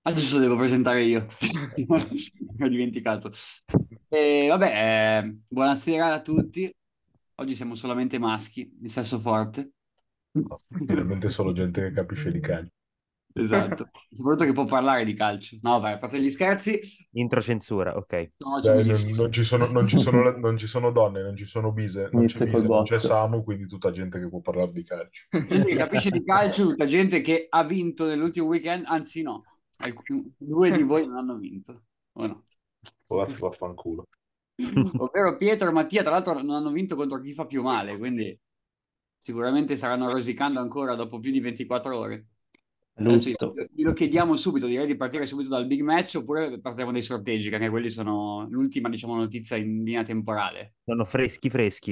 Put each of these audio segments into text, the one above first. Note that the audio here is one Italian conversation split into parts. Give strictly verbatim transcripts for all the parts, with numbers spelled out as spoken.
Adesso devo presentare io. Ho dimenticato. E vabbè, eh, buonasera a tutti. Oggi siamo solamente maschi, di sesso forte. Finalmente solo gente che capisce di calcio. Esatto. Soprattutto che può parlare di calcio. No, vai, a parte gli scherzi, Intro censura, ok. sono Dai, non, civilissimo. non ci sono, non ci sono, non ci sono donne, non ci sono bise, non c'è Inizia col bise, non c'è botto. Samu, quindi tutta gente che può parlare di calcio. Gente che capisce di calcio, tutta gente che ha vinto nell'ultimo weekend, anzi no, alcuni- due di voi non hanno vinto. O no? Forza, vaffanculo. Ovvero Pietro e Mattia, tra l'altro, non hanno vinto contro chi fa più male, quindi sicuramente staranno rosicando ancora dopo più di ventiquattro ore. Adesso Lutto. glielo chiediamo subito, direi di partire subito dal big match oppure partiamo dai sorteggi, che anche quelli sono l'ultima, diciamo, notizia in linea temporale. Sono freschi freschi.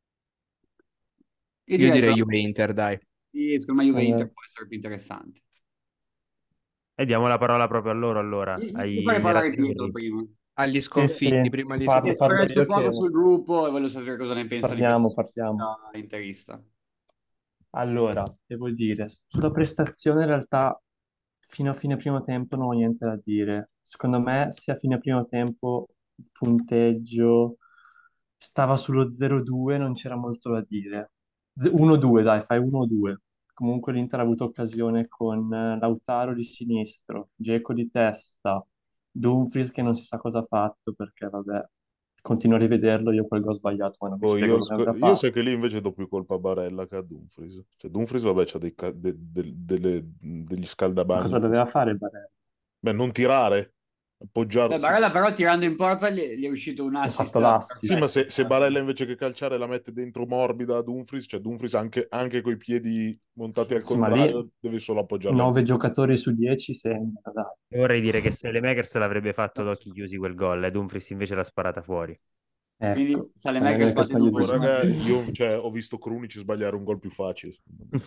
Io Io direi direi però Juve-Inter, dai. che secondo me Juve-Inter Eh, può essere più interessante. E diamo la parola proprio a loro allora, Io, io farei ai parlare Pietro nerazzurri. prima. Agli sì, sconfitti, sì, prima dei Si è parlo, parlo sconfitti. espresso io che poco sul gruppo e voglio sapere cosa ne pensa di questa parliamo, parliamo. squadra interista. Allora, devo dire, sulla prestazione in realtà fino a fine primo tempo non ho niente da dire. Secondo me, sia a fine primo tempo il punteggio stava sullo zero due, non c'era molto da dire. Z- uno due, dai, fai uno due. Comunque l'Inter ha avuto occasione con eh, Lautaro di sinistro, Dzeko di testa, Dumfries che non si sa cosa ha fatto perché, vabbè, continuo a rivederlo, io quel gol sbagliato, ma non mi Poi spiego io, come sc- avrà io fatto. so che lì invece do più colpa a Barella che a Dumfries. Cioè, Dumfries, vabbè, c'ha dei ca- de- de- delle- degli Ma scaldabagni. cosa doveva fare Barella? Beh, non tirare, Beh, appoggiarsi. Barella però tirando in porta gli, gli è uscito un Ha assist fatto Sì, ma l'assist. perfetto. se, se Barella invece che calciare la mette dentro morbida a Dumfries, cioè Dumfries anche, anche coi piedi montati al Sì, ma lì contrario, deve solo appoggiarli al nove muro. giocatori su dieci sembra, dai. Vorrei dire che Makers l'avrebbe fatto ad occhi chiusi quel gol, e Dumfries invece l'ha sparata fuori. Ecco, Quindi Saelemaekers Saelemaekers batte meglio di Oh, Dumfries lui. uno a raga, zero. io cioè, ho visto Krunic sbagliare un gol più facile, secondo me.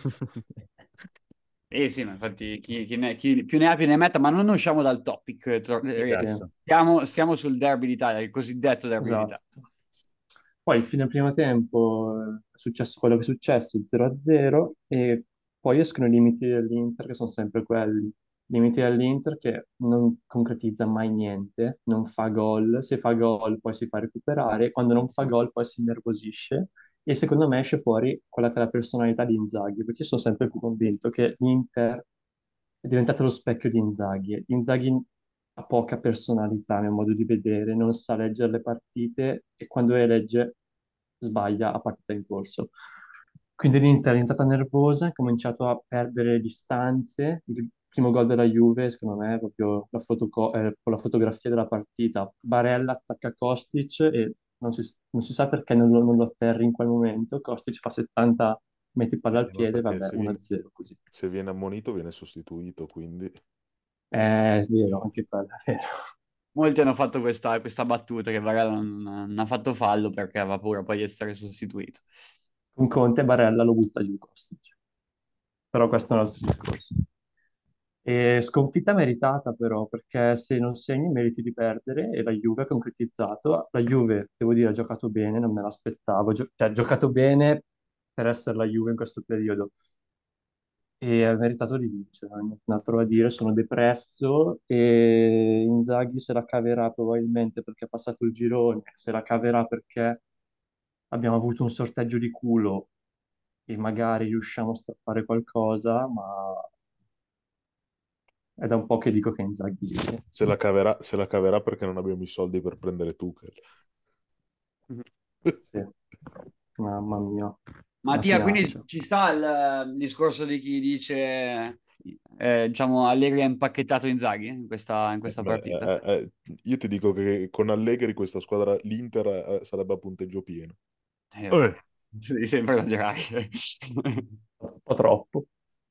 Eh sì, ma infatti chi, chi ne- chi più ne ha più ne metta, ma non usciamo dal topic. eh, tro- eh, Sì, Esatto. Stiamo, stiamo sul derby d'Italia, il cosiddetto derby d'Italia. esatto. Poi, fine primo tempo, eh, è successo quello che è successo, zero a zero, e poi escono i limiti dell'Inter, che sono sempre quelli. Limiti dell'Inter che non concretizza mai niente, non fa gol, se fa gol poi si fa recuperare, quando non fa gol poi si innervosisce, e secondo me esce fuori quella che è la personalità di Inzaghi, perché io sono sempre più convinto che l'Inter è diventato lo specchio di Inzaghi. Inzaghi ha poca personalità nel modo di vedere, non sa leggere le partite e quando le legge sbaglia a partita in corso. Quindi l'Inter è diventata nervosa, ha cominciato a perdere distanze. Il primo gol della Juve, secondo me, è proprio la, fotoco- eh, con la fotografia della partita. Barella attacca Kostic e non si, non si sa perché non lo, non lo atterri in quel momento. Kostic fa settanta metri palla al Eh, ma piede, perché vabbè, se viene, uno a zero così. se viene ammonito viene sostituito, quindi... Eh, È vero, anche quello è vero. Molti hanno fatto questa, questa battuta che Varela non, non ha fatto fallo perché aveva paura poi di essere sostituito. Con Conte Barella lo butta giù Kostic. Però questo è un altro discorso. E sconfitta meritata però, perché se non segni meriti di perdere e la Juve ha concretizzato. La Juve, devo dire, ha giocato bene, non me l'aspettavo. Gio- cioè, ha giocato bene per essere la Juve in questo periodo e ha meritato di vincere, non c'è altro da dire, sono depresso e Inzaghi se la caverà probabilmente perché ha passato il girone, se la caverà perché abbiamo avuto un sorteggio di culo e magari riusciamo a strappare qualcosa, ma è da un po' che dico che Inzaghi... Se la caverà, se la caverà perché non abbiamo i soldi per prendere Tuchel. Sì, mamma mia, una Mattia, quindi finaccia. ci sta il, il discorso di chi dice, eh, diciamo, Allegri ha impacchettato Inzaghi in questa, in Eh, questa beh, partita? eh, eh, io ti dico che con Allegri questa squadra, l'Inter, eh, sarebbe a punteggio pieno. Eh, vabbè, Eh, devi sempre esagerare. Un po' troppo.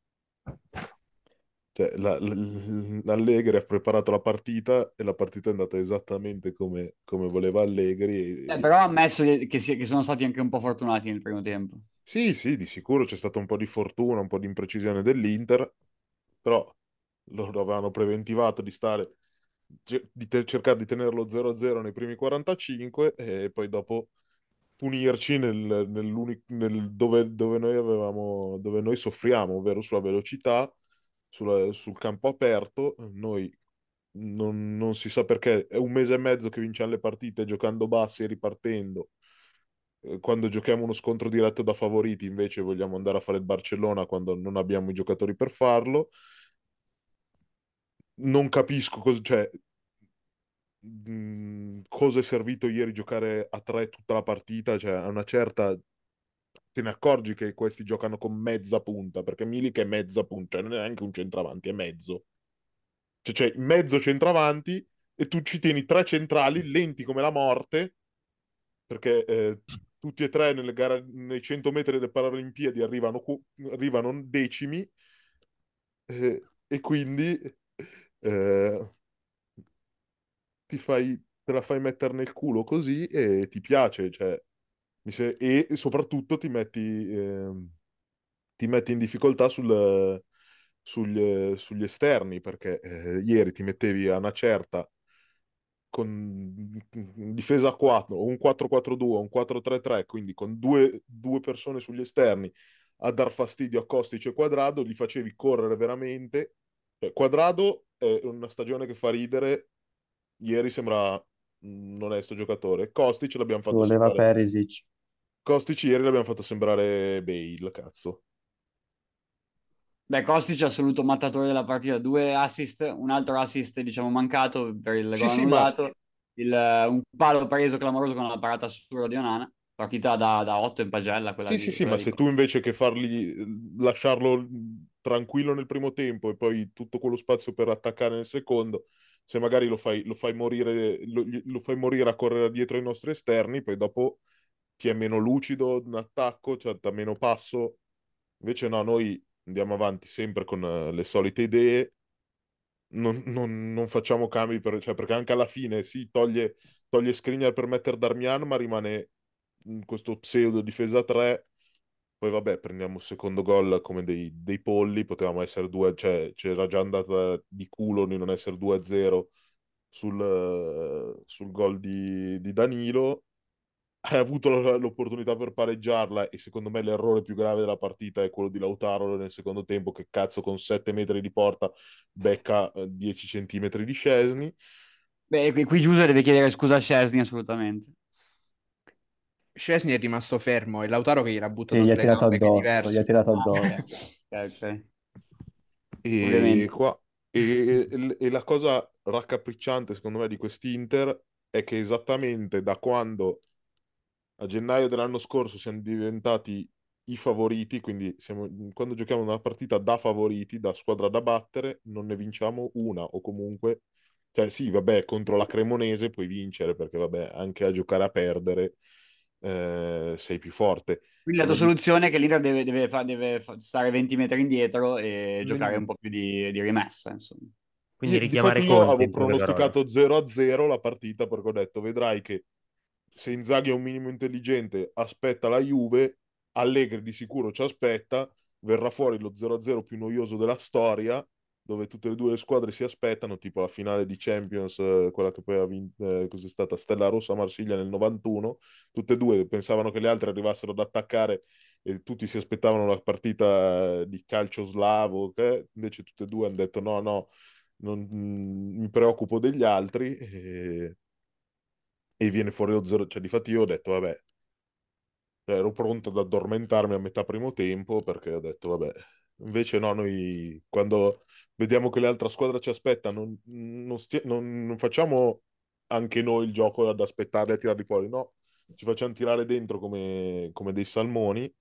Cioè, la- l- l'Allegri ha preparato la partita e la partita è andata esattamente come, come voleva Eh, Allegri. però ha ammesso che, si- che sono stati anche un po' fortunati nel primo tempo. Sì, sì, di sicuro c'è stato un po' di fortuna, un po' di imprecisione dell'Inter, però loro avevano preventivato di stare, ge- di te- cercare di tenerlo zero a zero nei primi quarantacinque e poi dopo punirci nel, nell'uni- nel- dove, dove noi avevamo, dove noi soffriamo, ovvero sulla velocità, sulla- sul campo aperto. Noi non, non si sa perché, è un mese e mezzo che vinciamo le partite giocando bassi e ripartendo. Eh, Quando giochiamo uno scontro diretto da favoriti, invece vogliamo andare a fare il Barcellona quando non abbiamo i giocatori per farlo. Non capisco cosa, cioè, mh, cosa è servito ieri giocare a tre tutta la partita, cioè a una certa te ne accorgi che questi giocano con mezza punta, perché Milik è mezza punta, cioè non è neanche un centravanti, è mezzo. Cioè c'è mezzo centravanti e tu ci tieni tre centrali lenti come la morte, perché eh, tutti e tre nelle gare, nei cento metri delle Paralimpiadi arrivano, cu- arrivano decimi, eh, e quindi eh, ti fai, te la fai mettere nel culo così e ti piace, cioè, mi se- e soprattutto ti metti, ehm, ti metti in difficoltà sul- sugli, sugli esterni, perché eh, ieri ti mettevi a una certa con difesa a quattro, o un quattro quattro due, o un quattro tre tre, quindi con due, due persone sugli esterni a dar fastidio a Kostic e Quadrado, li facevi correre veramente. Cioè, Quadrado è una stagione che fa ridere, ieri sembra un onesto giocatore. Kostic l'abbiamo Ci fatto voleva sembrare... Perisic. Kostic ieri l'abbiamo fatto sembrare Bale, cazzo. Beh, Kostic è assoluto mattatore della partita, due assist, un altro assist diciamo mancato per il Sì, gol sì, ma annullato, il, un palo preso clamoroso con la parata assurda di Onana, partita da, da otto in pagella quella sì, sì, di, sì, quella ma di se tu invece che fargli lasciarlo tranquillo nel primo tempo e poi tutto quello spazio per attaccare nel secondo, se magari lo fai, lo fai morire, lo, lo fai morire a correre dietro ai nostri esterni, poi dopo ti è meno lucido in attacco, cioè da meno passo. Invece no, noi andiamo avanti sempre con eh, le solite idee, non, non- non facciamo cambi, per- cioè, perché anche alla fine si toglie, toglie Skriniar per mettere Darmian, ma rimane in questo pseudo difesa tre. Poi vabbè, prendiamo il secondo gol come dei, dei polli, potevamo essere due, cioè c'era già andata di culo di non essere due a zero sul, eh, sul gol di, di Danilo. Hai avuto l- l'opportunità per pareggiarla e secondo me l'errore più grave della partita è quello di Lautaro nel secondo tempo che cazzo con sette metri di porta becca eh, dieci centimetri di Scesni. Beh, qui, qui Giuse deve chiedere scusa a Szczesny assolutamente. Szczesny è rimasto fermo e Lautaro che gliel'ha Sì, buttato gli ha sulle tirato gambe, che è addosso, gli ha diverso. tirato Ah, addosso. ok, ok. E Ovviamente. qua e, e- e la cosa raccapricciante secondo me di quest'Inter è che esattamente da quando a gennaio dell'anno scorso siamo diventati i favoriti, quindi siamo- quando giochiamo una partita da favoriti, da squadra da battere, non ne vinciamo una o comunque, cioè sì, vabbè, contro la Cremonese puoi vincere perché vabbè, anche a giocare a perdere eh, sei più forte. Quindi la tua Nelle di- soluzione è che l'Inter deve, deve fa- deve fa- stare venti metri indietro e giocare un nel- po' più di, di rimessa, insomma. Quindi Difatti richiamare io Conte avevo in poche parole. pronosticato zero a zero la partita perché ho detto, vedrai che se Inzaghi è un minimo intelligente, aspetta la Juve, Allegri di sicuro ci aspetta, verrà fuori lo zero a zero più noioso della storia, dove tutte e due le squadre si aspettano, tipo la finale di Champions, eh, quella che poi ha vinto, eh, cos'è stata Stella Rossa Marsiglia nel novantuno, tutte e due pensavano che le altre arrivassero ad attaccare e tutti si aspettavano la partita di calcio slavo, che invece tutte e due hanno detto no, no, non, mm, mi preoccupo degli altri. E e viene fuori lo zero, cioè difatti io ho detto vabbè, cioè, ero pronto ad addormentarmi a metà primo tempo perché ho detto vabbè, invece no, noi quando vediamo che l'altra squadra ci aspetta non, non, stia- non- non facciamo anche noi il gioco ad aspettarli a tirarli fuori, no, ci facciamo tirare dentro come, come dei salmoni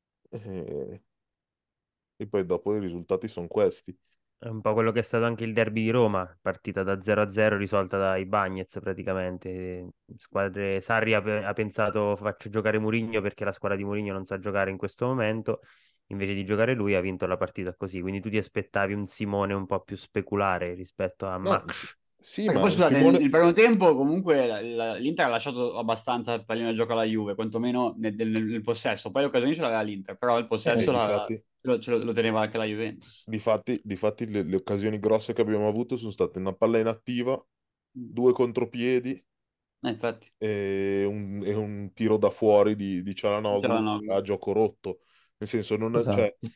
e, e poi dopo i risultati sono questi. È un po' quello che è stato anche il derby di Roma, partita da zero a zero risolta dai Bagnez praticamente. Squadre... Sarri ha, pe- ha pensato faccio giocare Mourinho perché la squadra di Mourinho non sa giocare in questo momento, invece di giocare lui ha vinto la partita così. Quindi tu ti aspettavi un Simone un po' più speculare rispetto a No, sì, Max. sì, Perché poi ma scusate, nel, Simone... nel primo tempo comunque la- la- l'Inter ha lasciato abbastanza pallino da gioco alla Juve, quantomeno nel, nel- nel possesso. Poi le occasioni ce l'aveva l'Inter, però il Eh, possesso la- difatti, ce lo, ce lo- lo teneva anche la Juventus. Difatti, difatti le, le occasioni grosse che abbiamo avuto sono state una palla inattiva, Mm. due contropiedi Eh, infatti, e un, e un tiro da fuori di, di c'era Cialanoglu no. a gioco rotto. Nel senso, non, cioè, Esatto.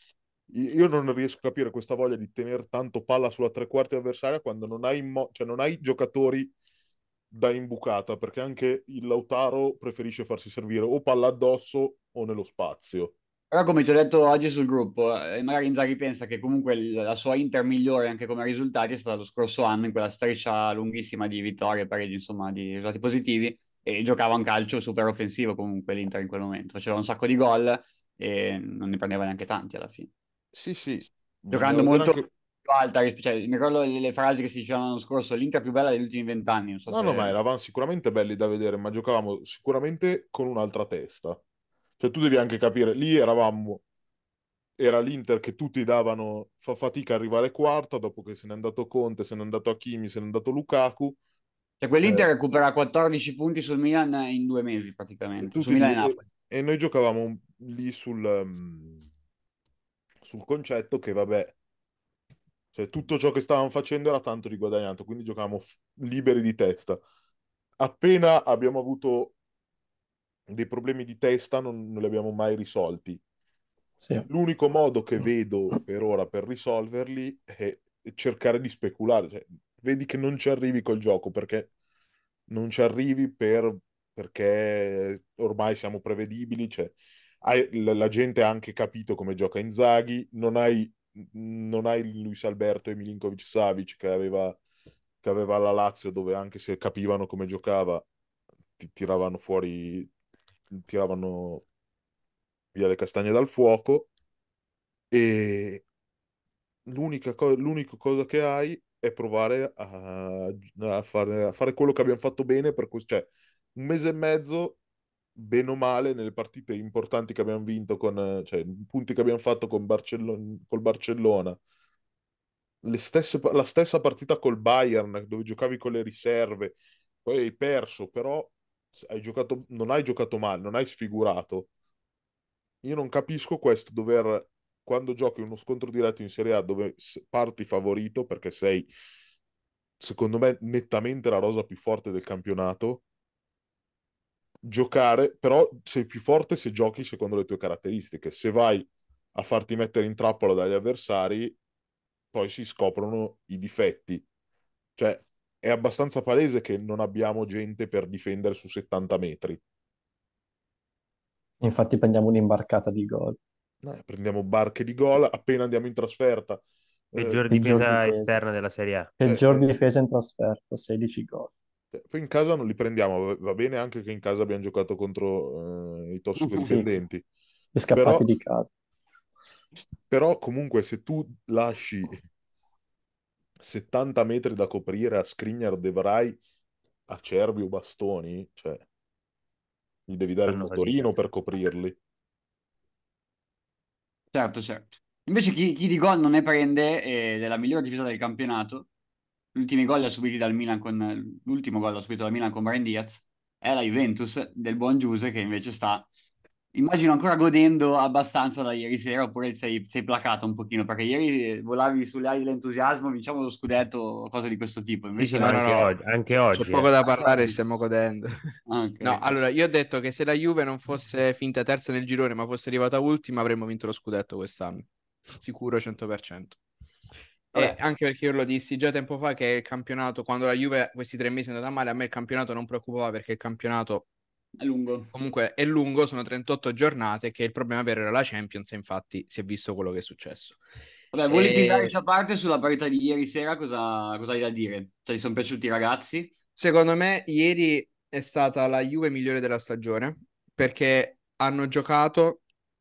Io non riesco a capire questa voglia di tenere tanto palla sulla tre quarti avversaria quando non hai, mo- cioè non hai giocatori da imbucata, perché anche il Lautaro preferisce farsi servire o palla addosso o nello spazio. Però come ti ho detto oggi sul gruppo, eh, magari Inzaghi pensa che comunque il- la sua Inter migliore anche come risultati è stata lo scorso anno in quella striscia lunghissima di vittorie, pareggi, insomma, di risultati positivi e giocava un calcio super offensivo comunque l'Inter in quel momento. Faceva un sacco di gol e non ne prendeva neanche tanti alla fine. Sì, sì, Giocando bisogna vedere molto anche... più alta, ris- cioè, mi ricordo le, le frasi che si dicevano l'anno scorso, l'Inter più bella degli ultimi vent'anni, non so No, no, ma se... eravamo sicuramente belli da vedere, ma giocavamo sicuramente con un'altra testa. Cioè tu devi anche capire, lì eravamo, era l'Inter che tutti davano, fa fatica a arrivare quarta, dopo che se n'è andato Conte, se n'è andato Hakimi, se n'è andato Lukaku, Cioè, quell'Inter eh, recupera quattordici punti sul Milan in due mesi e praticamente, tu su ti Milan e di- e, Napoli. e noi giocavamo lì sul, um, sul concetto che, vabbè, cioè, tutto ciò che stavamo facendo era tanto riguadagnato, quindi giocavamo f- liberi di testa. Appena abbiamo avuto dei problemi di testa, non, non li abbiamo mai risolti. Sì. L'unico modo che vedo per ora per risolverli è cercare di speculare. Cioè, vedi che non ci arrivi col gioco perché non ci arrivi per- perché ormai siamo prevedibili. Cioè, hai- la, la gente ha anche capito come gioca Inzaghi. Non hai, non hai Luis Alberto e Milinkovic-Savic che aveva, che aveva la Lazio, dove anche se capivano come giocava, ti tiravano fuori, tiravano via le castagne dal fuoco. E l'unica co- l'unica cosa che hai è provare a, a fare, a fare quello che abbiamo fatto bene per questo, cioè un mese e mezzo, bene o male, nelle partite importanti che abbiamo vinto con, eh, cioè i punti che abbiamo fatto con Barcellona, col Barcellona, le stesse- la stessa partita col Bayern, dove giocavi con le riserve, poi hai perso, però hai giocato, non hai giocato male, non hai sfigurato. Io non capisco questo dover, quando giochi uno scontro diretto in Serie A dove s- parti favorito perché sei, secondo me, nettamente la rosa più forte del campionato, giocare, però sei più forte se giochi secondo le tue caratteristiche. Se vai a farti mettere in trappola dagli avversari, poi si scoprono i difetti. Cioè, è abbastanza palese che non abbiamo gente per difendere su settanta metri. Infatti prendiamo un'imbarcata di gol. Eh, prendiamo barche di gol, appena andiamo in trasferta. eh, Peggior Peggior difesa difesa. esterna della Serie A. cioè, Peggior eh, difesa in trasferta, sedici gol. Cioè, poi in casa non li prendiamo, va va bene anche che in casa abbiamo giocato contro eh, i Sì, tossicodipendenti, gli però, scappati di casa. però comunque se tu lasci settanta metri da coprire a Skriniar, De Vrij, a Cerbi o Bastoni, cioè gli devi dare il Fanno fatica. motorino per coprirli. Certo, certo. Invece chi, chi di gol non ne prende ed è la migliore difesa del campionato, gli ultimi gol li ha subiti dal Milan con, l'ultimo gol l'ha subito dal Milan con Brahim Diaz, è la Juventus del buon Giuse che invece sta, immagino ancora godendo abbastanza da ieri sera, oppure sei, sei placato un pochino, perché ieri volavi sulle ali dell'entusiasmo, vinciamo lo scudetto, cose di questo tipo, Sì, sì, invece ma No, la... no, anche no, oggi, anche c'è c'è oggi, poco eh. da Anche parlare e oggi. stiamo godendo. Ah, No, ok. allora, io ho detto che se la Juve non fosse finta terza nel girone, ma fosse arrivata ultima, avremmo vinto lo scudetto quest'anno. Sicuro cento per cento. E Vabbè, anche perché io lo dissi già tempo fa che il campionato, quando la Juve questi tre mesi è andata male, a me il campionato non preoccupava perché il campionato è lungo. comunque è lungo, sono trentotto giornate, che il problema vero era la Champions, e infatti si è visto quello che è successo. Vabbè, voli E pindarci a parte sulla parità di ieri sera, cosa, cosa hai da dire? Cioè, ti sono piaciuti i ragazzi? secondo me ieri è stata la Juve migliore della stagione perché hanno giocato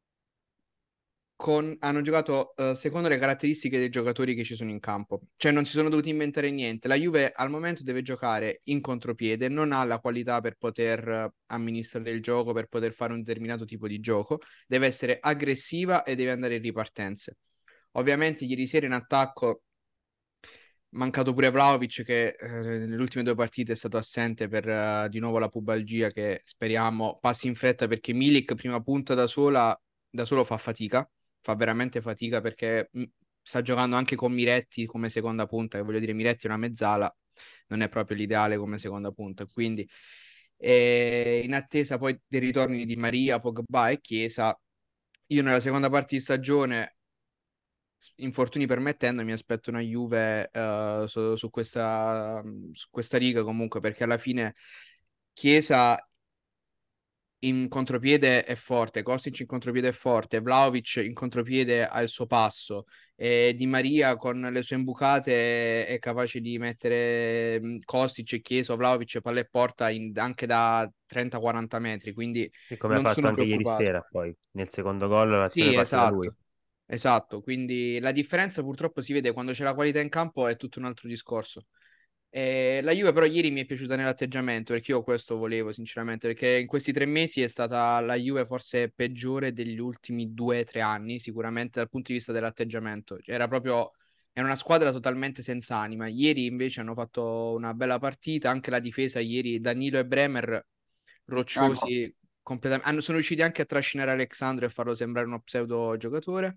con, hanno giocato eh, secondo le caratteristiche dei giocatori che ci sono in campo. Cioè non si sono dovuti inventare niente. La Juve al momento deve giocare in contropiede, non ha la qualità per poter eh, amministrare il gioco, per poter fare un determinato tipo di gioco. Deve essere aggressiva e deve andare in ripartenze. Ovviamente ieri sera in attacco mancato pure Vlahovic che eh, nelle ultime due partite è stato assente per eh, di nuovo la pubalgia che speriamo passi in fretta perché Milik prima punta da sola da solo fa fatica, fa veramente fatica perché mh, sta giocando anche con Miretti come seconda punta, che voglio dire Miretti è una mezzala, non è proprio l'ideale come seconda punta, quindi eh, in attesa poi dei ritorni di Maria, Pogba e Chiesa, io nella seconda parte di stagione infortuni permettendo, mi aspetto una Juve eh, su, su questa, su questa riga comunque, perché alla fine Chiesa in contropiede è forte, Kostic in contropiede è forte, Vlahovic in contropiede ha il suo passo, e Di Maria con le sue imbucate è capace di mettere mh, Kostic e Chiesa, Vlahovic palla e porta in- anche da trenta quaranta metri, quindi E come ha non fatto sono anche ieri preoccupato. sera, poi nel secondo gol l'azione Sì, parte da lui. esatto, esatto, quindi la differenza purtroppo si vede quando c'è la qualità in campo, è tutto un altro discorso. Eh, la Juve però ieri mi è piaciuta nell'atteggiamento, perché io questo volevo sinceramente, perché in questi tre mesi è stata la Juve forse peggiore degli ultimi due o tre anni, sicuramente dal punto di vista dell'atteggiamento. Era proprio, era una squadra totalmente senza anima. Ieri invece hanno fatto una bella partita, anche la difesa ieri, Danilo e Bremer, Ah, no. rocciosi completamente. Hanno, sono riusciti anche a trascinare Alexandro e farlo sembrare uno pseudo giocatore.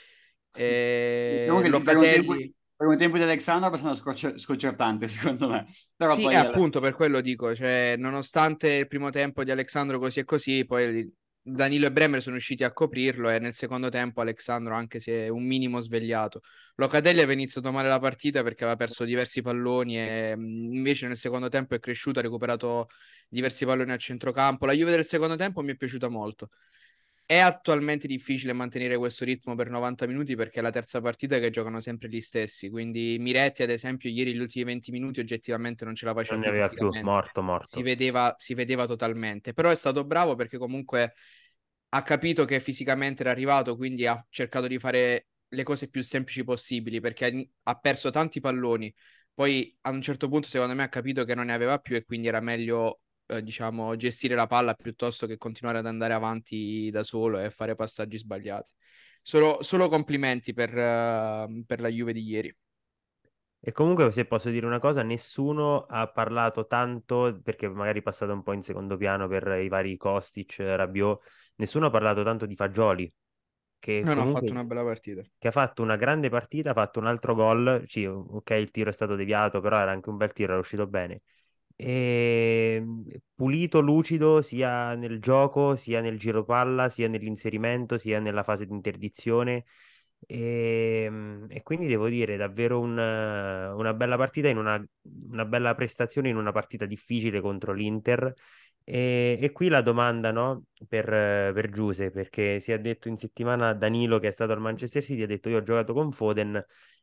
Diciamo E che il primo tempo, il Locatelli... primo tempo di Alexandro è abbastanza sconcer- sconcertante, secondo me. Però Sì, è poi alla appunto per quello dico, cioè, nonostante il primo tempo di Alexandro così e così, poi Danilo e Bremer sono riusciti a coprirlo e nel secondo tempo Alexandro anche si è un minimo svegliato. Locatelli aveva iniziato male la partita perché aveva perso diversi palloni e mh, invece nel secondo tempo è cresciuto, ha recuperato diversi palloni a centrocampo. La Juve del secondo tempo mi è piaciuta molto. È attualmente difficile mantenere questo ritmo per novanta minuti perché è la terza partita che giocano sempre gli stessi. Quindi Miretti, ad esempio, ieri gli ultimi venti minuti oggettivamente non ce la faceva Non ne più aveva più, fisicamente. morto, Si morto. vedeva, si vedeva totalmente. Però è stato bravo perché comunque ha capito che fisicamente era arrivato, quindi ha cercato di fare le cose più semplici possibili perché ha ha perso tanti palloni. Poi a un certo punto, secondo me, ha capito che non ne aveva più e quindi era meglio eh, diciamo, gestire la palla piuttosto che continuare ad andare avanti da solo e fare passaggi sbagliati. Solo, solo complimenti per, eh, per la Juve di ieri. E comunque, se posso dire una cosa, nessuno ha parlato tanto, perché magari è passato un po' in secondo piano per i vari Kostic, Rabiot, nessuno ha parlato tanto di Fagioli, che No, no, ha fatto comunque una bella partita. che ha fatto una grande partita, ha fatto un altro gol, sì, ok, il tiro è stato deviato, però era anche un bel tiro, era uscito bene. E... Pulito, lucido, sia nel gioco, sia nel giro palla, sia nell'inserimento, sia nella fase di interdizione. E, e quindi devo dire davvero un- una bella partita in una, una bella prestazione in una partita difficile contro l'Inter. E, e qui la domanda, no, per, per Giuse, perché si è detto in settimana Danilo che è stato al Manchester City, ha detto io ho giocato con Foden,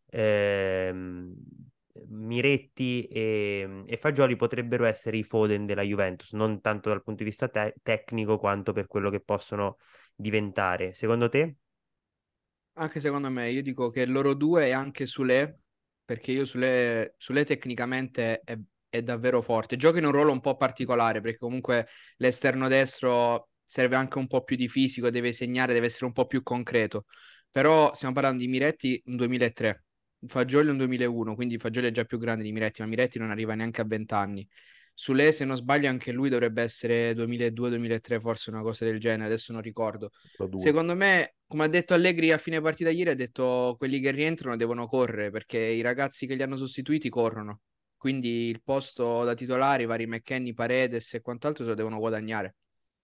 ehm, Miretti e, e Fagioli potrebbero essere i Foden della Juventus, non tanto dal punto di vista te- tecnico quanto per quello che possono diventare. Secondo te? Anche secondo me, io dico che loro due e anche Sule, perché io Sule, Sule tecnicamente è, è davvero forte. Gioca in un ruolo un po' particolare, perché comunque l'esterno destro serve anche un po' più di fisico, deve segnare, deve essere un po' più concreto. Però stiamo parlando di Miretti un duemilatré, Fagioli un duemilauno, quindi Fagioli è già più grande di Miretti, ma Miretti non arriva neanche a venti anni. Sule, se non sbaglio, anche lui dovrebbe essere duemiladue duemilatré, forse una cosa del genere, adesso non ricordo. La due. Secondo me, come ha detto Allegri a fine partita ieri, ha detto quelli che rientrano devono correre perché i ragazzi che li hanno sostituiti corrono. Quindi il posto da titolare, i vari McKennie, Paredes e quant'altro se lo devono guadagnare.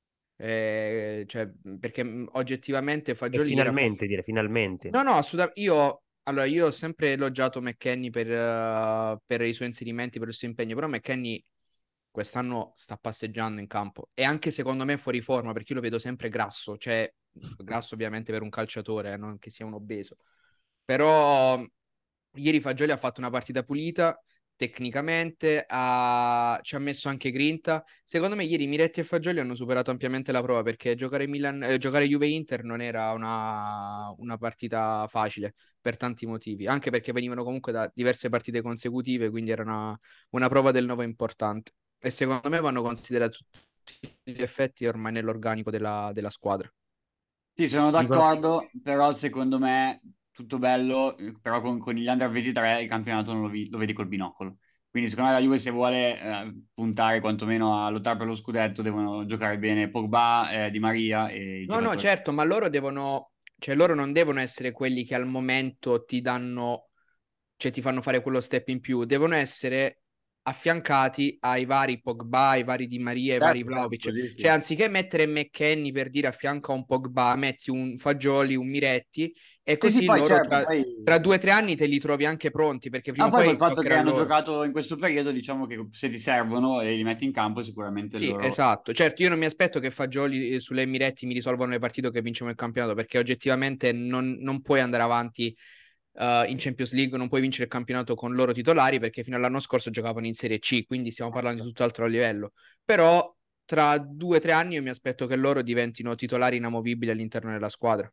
Eh, cioè, perché mh, oggettivamente E Fagioli ieri ha fatto... finalmente, dire finalmente. No, no, assolutamente. Io, allora, io ho sempre elogiato McKennie per, eh, per i suoi inserimenti, per il suo impegno, però McKennie quest'anno sta passeggiando in campo e anche secondo me fuori forma perché io lo vedo sempre grasso, cioè grasso ovviamente per un calciatore, eh, non che sia un obeso. Però ieri Fagioli ha fatto una partita pulita tecnicamente, ha... ci ha messo anche grinta. Secondo me ieri Miretti e Fagioli hanno superato ampiamente la prova perché giocare, Milan... eh, giocare Juve-Inter non era una... una partita facile per tanti motivi, anche perché venivano comunque da diverse partite consecutive, quindi era una, una prova del nuovo importante. E secondo me vanno considerati tutti gli effetti ormai nell'organico della, della squadra. Sì, sono Dicono... d'accordo, però secondo me tutto bello, eh, però con, con gli under ventitré il campionato non lo, vi- lo vedi col binocolo. Quindi secondo me la Juve se vuole eh, puntare quantomeno a lottare per lo scudetto devono giocare bene Pogba, eh, Di Maria e i No, no, giocatori. certo, ma loro devono, cioè loro non devono essere quelli che al momento ti danno, cioè ti fanno fare quello step in più, devono essere affiancati ai vari Pogba, ai vari Di Maria, ai vari Certo, certo, Vlahovic. così sì. Cioè, anziché mettere McKennie per dire affianca un Pogba, metti un Fagioli, un Miretti, e Sì, sì, così poi loro certo, tra, tra poi... due o tre anni te li trovi anche pronti, perché prima Ah, o poi poi col fatto che toccherà a hanno loro. giocato in questo periodo, diciamo che se ti servono e li metti in campo, sicuramente Sì, loro... esatto. Certo, io non mi aspetto che Fagioli eh, sulle Miretti mi risolvano le partite o che vinciamo il campionato, perché oggettivamente non, non puoi andare avanti eh, in Champions League, non puoi vincere il campionato con loro titolari, perché fino all'anno scorso giocavano in Serie C, quindi stiamo parlando di tutt'altro livello. Però tra due o tre anni io mi aspetto che loro diventino titolari inamovibili all'interno della squadra.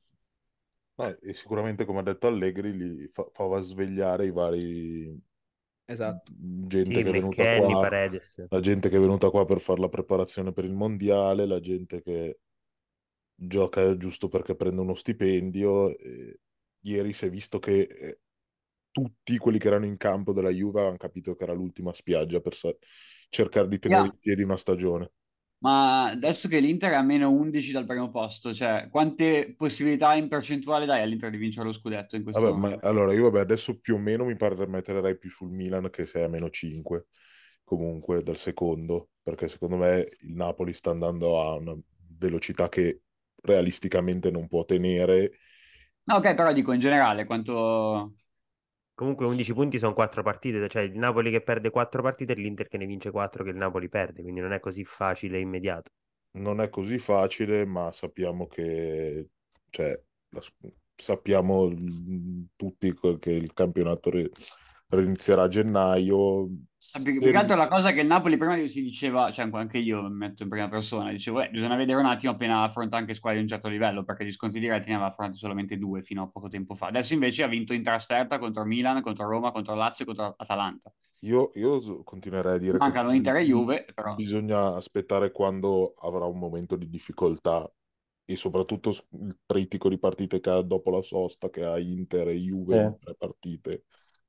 Eh, e sicuramente, come ha detto Allegri, li fa, fa svegliare i vari Esatto. gente Sì, che è venuta McKennie, qua, Paredes. la gente che è venuta qua per fare la preparazione per il mondiale, la gente che gioca giusto perché prende uno stipendio. E ieri si è visto che eh, tutti quelli che erano in campo della Juve avevano capito che era l'ultima spiaggia per sa- cercare di tenere Yeah. in piedi una stagione. Ma adesso che l'Inter è a meno undici dal primo posto, cioè quante possibilità in percentuale dai all'Inter di vincere lo scudetto in questo Vabbè, ma momento? allora io vabbè, adesso più o meno mi permetterei più sul Milan, che sei a meno cinque comunque dal secondo, perché secondo me il Napoli sta andando a una velocità che realisticamente non può tenere. No, ok, però dico in generale quanto... Comunque undici punti sono quattro partite, cioè il Napoli che perde quattro partite e l'Inter che ne vince quattro che il Napoli perde, quindi non è così facile e immediato. Non è così facile, ma sappiamo che, cioè, la- sappiamo mm, tutti que- che il campionato ri- rinizierà a gennaio. Ah, Più più Se che altro ri- la cosa che il Napoli prima si diceva, cioè anche io mi metto in prima persona, dicevo, eh, bisogna vedere un attimo appena affronta anche squadre di un certo livello, perché gli sconti diretti ne aveva affrontati solamente due fino a poco tempo fa. Adesso invece ha vinto in trasferta contro Milan, contro Roma, contro Lazio e contro Atalanta. io, io continuerei a dire che Mancano bi- Inter e bi- Juve, però... bisogna aspettare quando avrà un momento di difficoltà, e soprattutto s- il trittico di partite che ha dopo la sosta, che ha Inter e Juve in Sì. tre partite.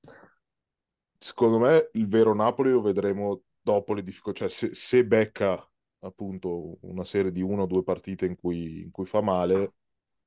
Secondo me il vero Napoli lo vedremo dopo le difficoltà, cioè se, se becca appunto una serie di una o due partite in cui, in cui fa male,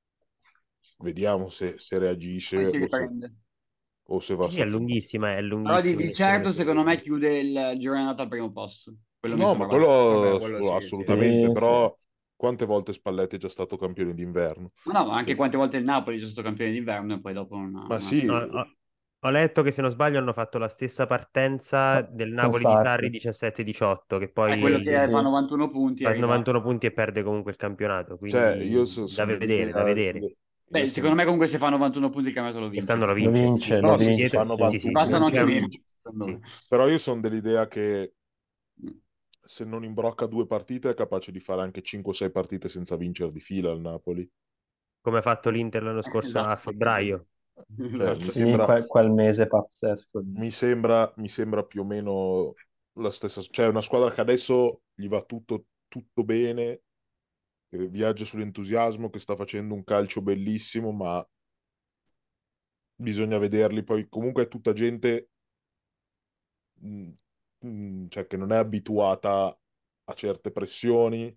vediamo se, se Poi reagisce si o se, riprende. o se va Sì, è sotto. lunghissima, è Però di, lunghissima di certo, onestamente. secondo me, chiude il girone andata al primo posto. Quello mi No, ma sembra quello Vabbè, ass- quello sì, sì. assolutamente, Sì, sì. però quante volte Spalletti è già stato campione d'inverno? ma no, ma anche Cioè, quante volte il Napoli è stato campione d'inverno e poi dopo non ha, ma non ha sì, più. Ho, ho- ho letto che se non sbaglio hanno fatto la stessa partenza Sa- del con Napoli di Sarri Sarri. diciassette diciotto, che È quello poi che fa Sì. novantuno punti e fa arriva. novantuno punti e perde comunque il campionato, cioè, io quindi so- da sono vedere, da dell'idea, vedere. io, io Beh, sono- secondo me comunque se fa novantuno punti il campionato lo vince. Quest'anno lo Quindi Lo vince, sì, vince, sì. lo no, sì, se vince, Dietro, fa sì. sì, sì, novantuno bastano non c'è anche punti meno, un... vince. secondo Sì. me. Però io sono dell'idea che se non imbrocca due partite è capace di fare anche cinque o sei partite senza vincere di fila al Napoli. Come ha fatto l'Inter l'anno scorso a Esatto, sì, sì, sì. febbraio. Cioè, mi Esatto. Sì, sembra, que- quel mese pazzesco. mi sembra, mi sembra più o meno la stessa, cioè una squadra che adesso gli va tutto, tutto bene, che viaggia sull'entusiasmo, che sta facendo un calcio bellissimo, ma bisogna vederli poi. Comunque è tutta gente mh, mh, cioè, che non è abituata a certe pressioni,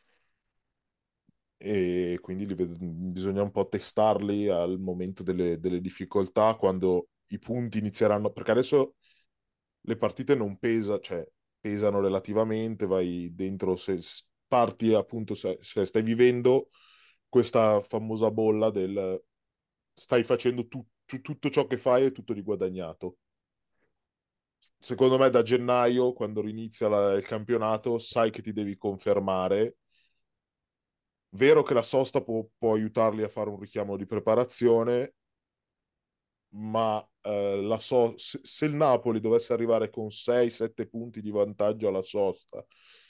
e quindi li ved- bisogna un po' testarli al momento delle, delle difficoltà, quando i punti inizieranno, perché adesso le partite non pesa, cioè pesano relativamente, vai dentro, se s- parti appunto, se, se stai vivendo questa famosa bolla del stai facendo tu- tu- tutto ciò che fai è tutto di guadagnato. Secondo me da gennaio, quando inizia la- il campionato, sai che ti devi confermare. Vero che la sosta può, può aiutarli a fare un richiamo di preparazione, ma eh, la so- se, se il Napoli dovesse arrivare con sei sette punti di vantaggio alla sosta,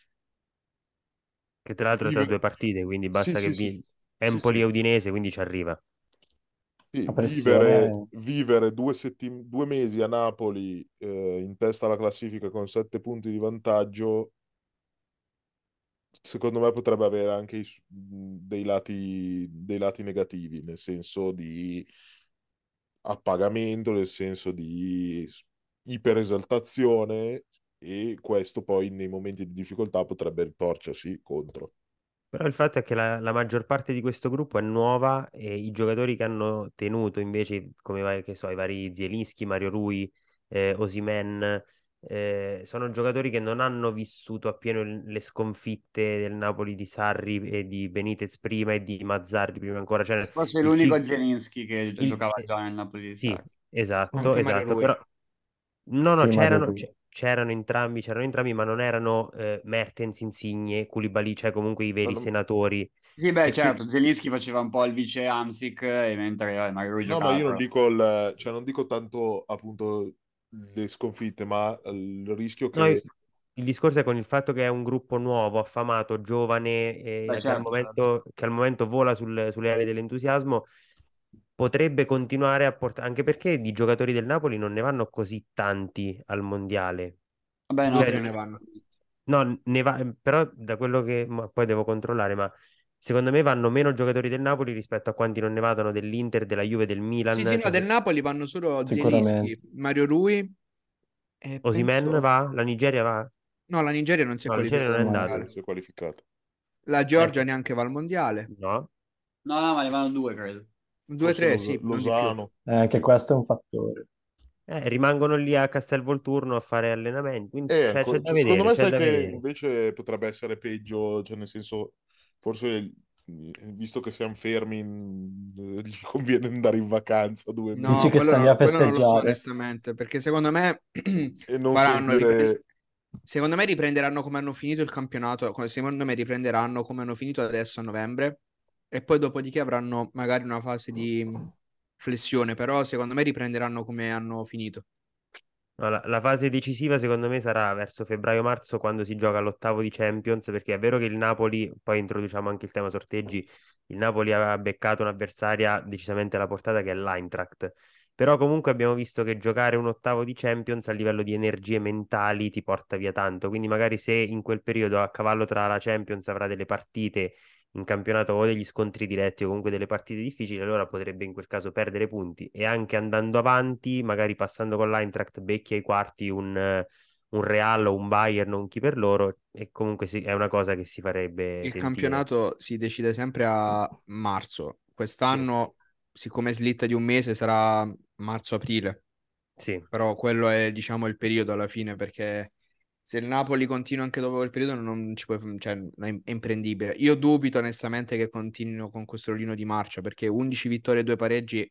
Che tra l'altro tra due vive... partite, quindi Sì, basta che sì, sì, vi... sì, Empoli e sì. Udinese, quindi ci arriva. Sì, La vivere, pressione, vivere due, settim- due mesi a Napoli eh, in testa alla classifica con sette punti di vantaggio, secondo me potrebbe avere anche i su- dei lati, dei lati negativi, nel senso di appagamento, nel senso di s- iperesaltazione, e questo poi nei momenti di difficoltà potrebbe ritorcersi contro. Però il fatto è che la, la maggior parte di questo gruppo è nuova e i giocatori che hanno tenuto invece, come vai- che so, i vari Zielinski, Mario Rui, eh, Osimhen, eh, sono giocatori che non hanno vissuto appieno il- le sconfitte del Napoli di Sarri e di Benitez prima e di Mazzarri prima ancora. Cioè, Forse il, l'unico fi- Zelinski che gi- il- giocava eh, già nel Napoli di sì, Sarri. esatto, Anche Mario esatto, Rui. però no, no, Sì, Mario c'erano Rui. c- c'erano entrambi, c'erano entrambi, ma non erano eh, Mertens, Insigne, Koulibaly, cioè comunque i Ma veri non- senatori. Sì, beh, E qui certo, Zelinski faceva un po' il vice Hamsik, e mentre eh, Mario Rui No, ma giocava io non però. dico il, cioè non dico tanto appunto le sconfitte, ma il rischio no, il che il discorso è con il fatto che è un gruppo nuovo, affamato, giovane, Beh, e che al certo, certo. momento, che al momento vola sul- sulle ali dell'entusiasmo, potrebbe continuare a portare, anche perché di giocatori del Napoli non ne vanno così tanti al mondiale. Vabbè, no, Due o Cioè, tre credo ne sia vanno. così. no, ne va, però da quello che ma poi devo controllare, ma secondo me vanno meno giocatori del Napoli rispetto a quanti non ne vadano dell'Inter, della Juve, del Sì, sì, Milan. no, Cioè, del se- Napoli vanno solo Sicuramente. Zielinski, Mario Rui e Osimhen penso... va? La Nigeria va? No, la Nigeria non si è No, la Nigeria non qualificata è al No. non andato. mondiale. si è qualificato. La Eh, Georgia neanche va al mondiale. no. No, no, ma ne vanno due, credo. Forse due tre, Los- sì, non di più. Lozano. Eh, anche questo è un fattore. Eh, rimangono lì a Castelvolturno a fare allenamenti, quindi E cioè, c'è anco- da cioè, secondo vedere, me c'è sai da che vedere. invece potrebbe essere peggio, cioè nel senso, forse visto che siamo fermi, mh, gli conviene andare in vacanza due Dici No, mesi che quello, sta lì a no- quello non lo so festeggiare? onestamente, perché secondo me e non faranno ripren- seguire. secondo me riprenderanno come hanno finito il campionato, come- secondo me riprenderanno come hanno finito adesso a novembre e poi dopodiché avranno magari una fase di flessione, però secondo me riprenderanno come hanno finito. No, la, la fase decisiva secondo me sarà verso febbraio-marzo quando si gioca all'ottavo di Champions, perché è vero che il Napoli, poi introduciamo anche il tema sorteggi, il Napoli aveva beccato un'avversaria decisamente alla portata che è l'Eintracht, però comunque abbiamo visto che giocare un ottavo di Champions a livello di energie mentali ti porta via tanto, quindi magari se in quel periodo a cavallo tra la Champions avrà delle partite in campionato o degli scontri diretti o comunque delle partite difficili, allora potrebbe in quel caso perdere punti e anche andando avanti, magari passando con l'Eintracht, becchi ai quarti un, eh, un Real o un Bayern o un chi per loro e comunque sì, è una cosa che si farebbe Il sentire. campionato si decide sempre a marzo. Sì, Quest'anno, siccome è slitta di un mese, sarà marzo-aprile. sì. Però quello è, diciamo, il periodo alla fine, perché se il Napoli continua anche dopo quel periodo non ci puoi, cioè, è è imprendibile. Io dubito onestamente che continuino con questo rollino di marcia, perché undici vittorie e due pareggi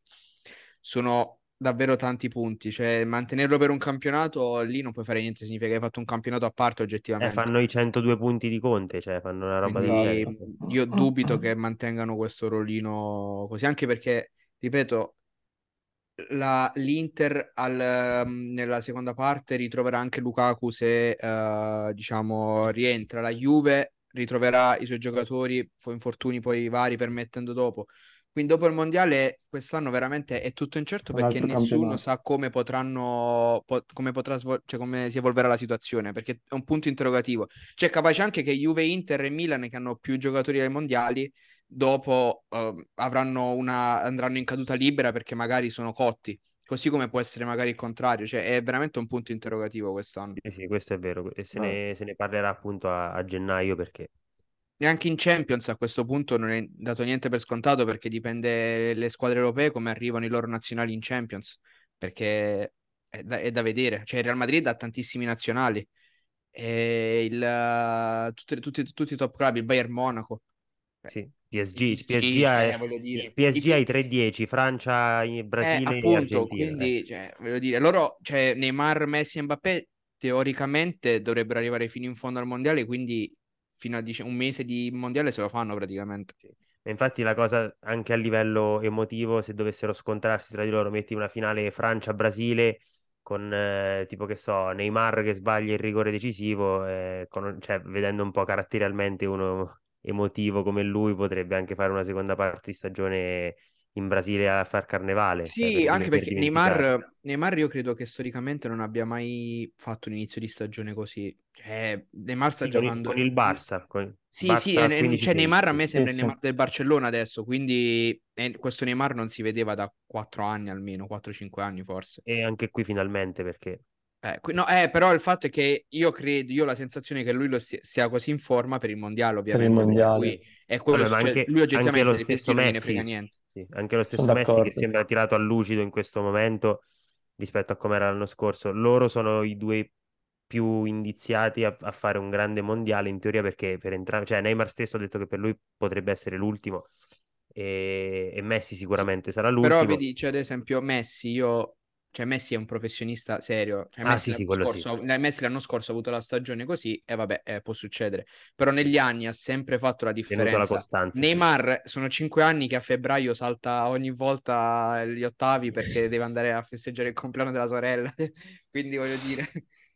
sono davvero tanti punti. Cioè, mantenerlo per un campionato lì non puoi fare niente, significa che hai fatto un campionato a parte Eh, oggettivamente. fanno i centodue punti di Conte, cioè fanno una roba del Quindi genere. Esatto. mh, io dubito che mantengano questo rollino così, anche perché, ripeto, la- l'Inter al- mm, nella seconda parte ritroverà anche Lukaku se eh, diciamo rientra. La Juve ritroverà i suoi giocatori, poi infortuni poi vari permettendo dopo. Quindi dopo il mondiale quest'anno veramente è tutto incerto Un perché altro nessuno campionato. sa come potranno, po- come potrà svol- cioè come si evolverà la situazione, perché è un punto interrogativo. Cioè, è capace anche che Juve, Inter e Milan, che hanno più giocatori ai mondiali, dopo eh, avranno una, andranno in caduta libera perché magari sono cotti, così come può essere magari il contrario, cioè è veramente un punto interrogativo quest'anno. Sì, sì, questo è vero e se Eh, ne, se ne parlerà appunto a, a gennaio perché E anche in Champions a questo punto non è dato niente per scontato perché dipende le squadre europee come arrivano i loro nazionali in Champions, perché è da, è da vedere, cioè il Real Madrid ha tantissimi nazionali, e il, tutti, tutti, tutti i top club, il Bayern Monaco, eh, sì, il P S G, il P S G, P S G ha, cioè voglio il dire, P S G ha i, i tre dieci, Francia, Eh, Brasile e appunto, Argentina. Eh. quindi, cioè, voglio dire, loro, cioè, Neymar, Messi e Mbappé teoricamente dovrebbero arrivare fino in fondo al mondiale, quindi fino a dic- un mese di mondiale se lo fanno praticamente. Sì. E infatti la cosa anche a livello emotivo, se dovessero scontrarsi tra di loro, metti una finale Francia-Brasile con eh, tipo che so, Neymar che sbaglia il rigore decisivo, eh, con- cioè, vedendo un po' caratterialmente uno emotivo come lui, potrebbe anche fare una seconda parte di stagione in Brasile a far carnevale, cioè Sì, per, come anche per perché dimenticare. Neymar, Neymar io credo che storicamente non abbia mai fatto un inizio di stagione così. Cioè, Neymar sta Sì, con il, giocando... con il Barça, con il Sì, sì, Barça e- a e- cioè Neymar a quindici sedici. me Sì, sembra il sì. Neymar del Barcellona adesso, quindi eh, questo Neymar non si vedeva da quattro anni almeno, quattro cinque anni forse. E anche qui finalmente perché Eh, qui- no, eh, però il fatto è che io credo, io ho la sensazione che lui lo stia, sia così in forma per il mondiale, Per il ovviamente, perché mondiale. qui è quello, vabbè, ma cioè, anche, lui anche oggettivamente lo del P S G stesso non gliene frega Messi, niente. sì, anche lo Sono stesso Messi che d'accordo. sembra tirato a lucido in questo momento rispetto a come era l'anno scorso. Loro sono i due più indiziati a, a fare un grande mondiale in teoria, perché per entrambi, cioè Neymar stesso ha detto che per lui potrebbe essere l'ultimo e, e Messi Sì. sicuramente sarà Però l'ultimo. vedi, cioè, ad esempio, Messi, io... Cioè, Messi è un professionista serio. Cioè, Ah Messi sì, sì, l'anno quello sì. scorso, Messi l'anno scorso ha avuto la stagione così e vabbè, eh, può succedere. Però negli anni ha sempre fatto la Tenuto la differenza. costanza, sì. Neymar sono cinque anni che a febbraio salta ogni volta gli ottavi perché deve andare a festeggiare il compleanno della sorella. Quindi voglio dire...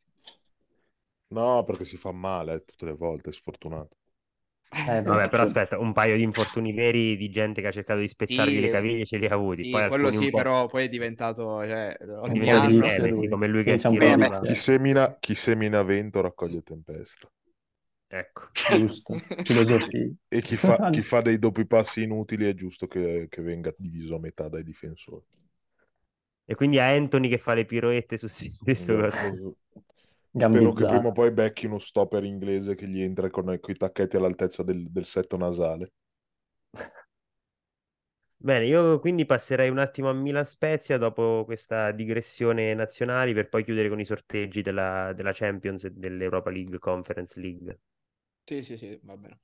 No, perché si fa male eh, tutte le volte, è sfortunato. Eh Vabbè, beh, però sì. aspetta, un paio di infortuni veri di gente che ha cercato di spezzargli le Sì, caviglie ce li ha avuti, sì, poi quello alcuni un sì, po', però poi è diventato, cioè, È è un ogni po' diventato anno... edilizia endemici, lui. come lui Sì, che c'è un si po' Eh, beh, dedica. Chi edilizia. semina, chi semina vento raccoglie tempesta. Ecco. Giusto. Filosofia. E chi fa, chi fa dei doppi passi inutili è giusto che, che venga diviso a metà dai difensori. E quindi a Anthony che fa le piroette su se stesso. Esatto. cosa- Spero che prima o Gambizzata. poi becchi uno stopper inglese che gli entra con, con i tacchetti all'altezza del, del setto nasale. Bene, io quindi passerei un attimo a Milan Spezia dopo questa digressione nazionali per poi chiudere con i sorteggi della, della Champions e dell'Europa League Conference League. Sì, sì, sì, va bene.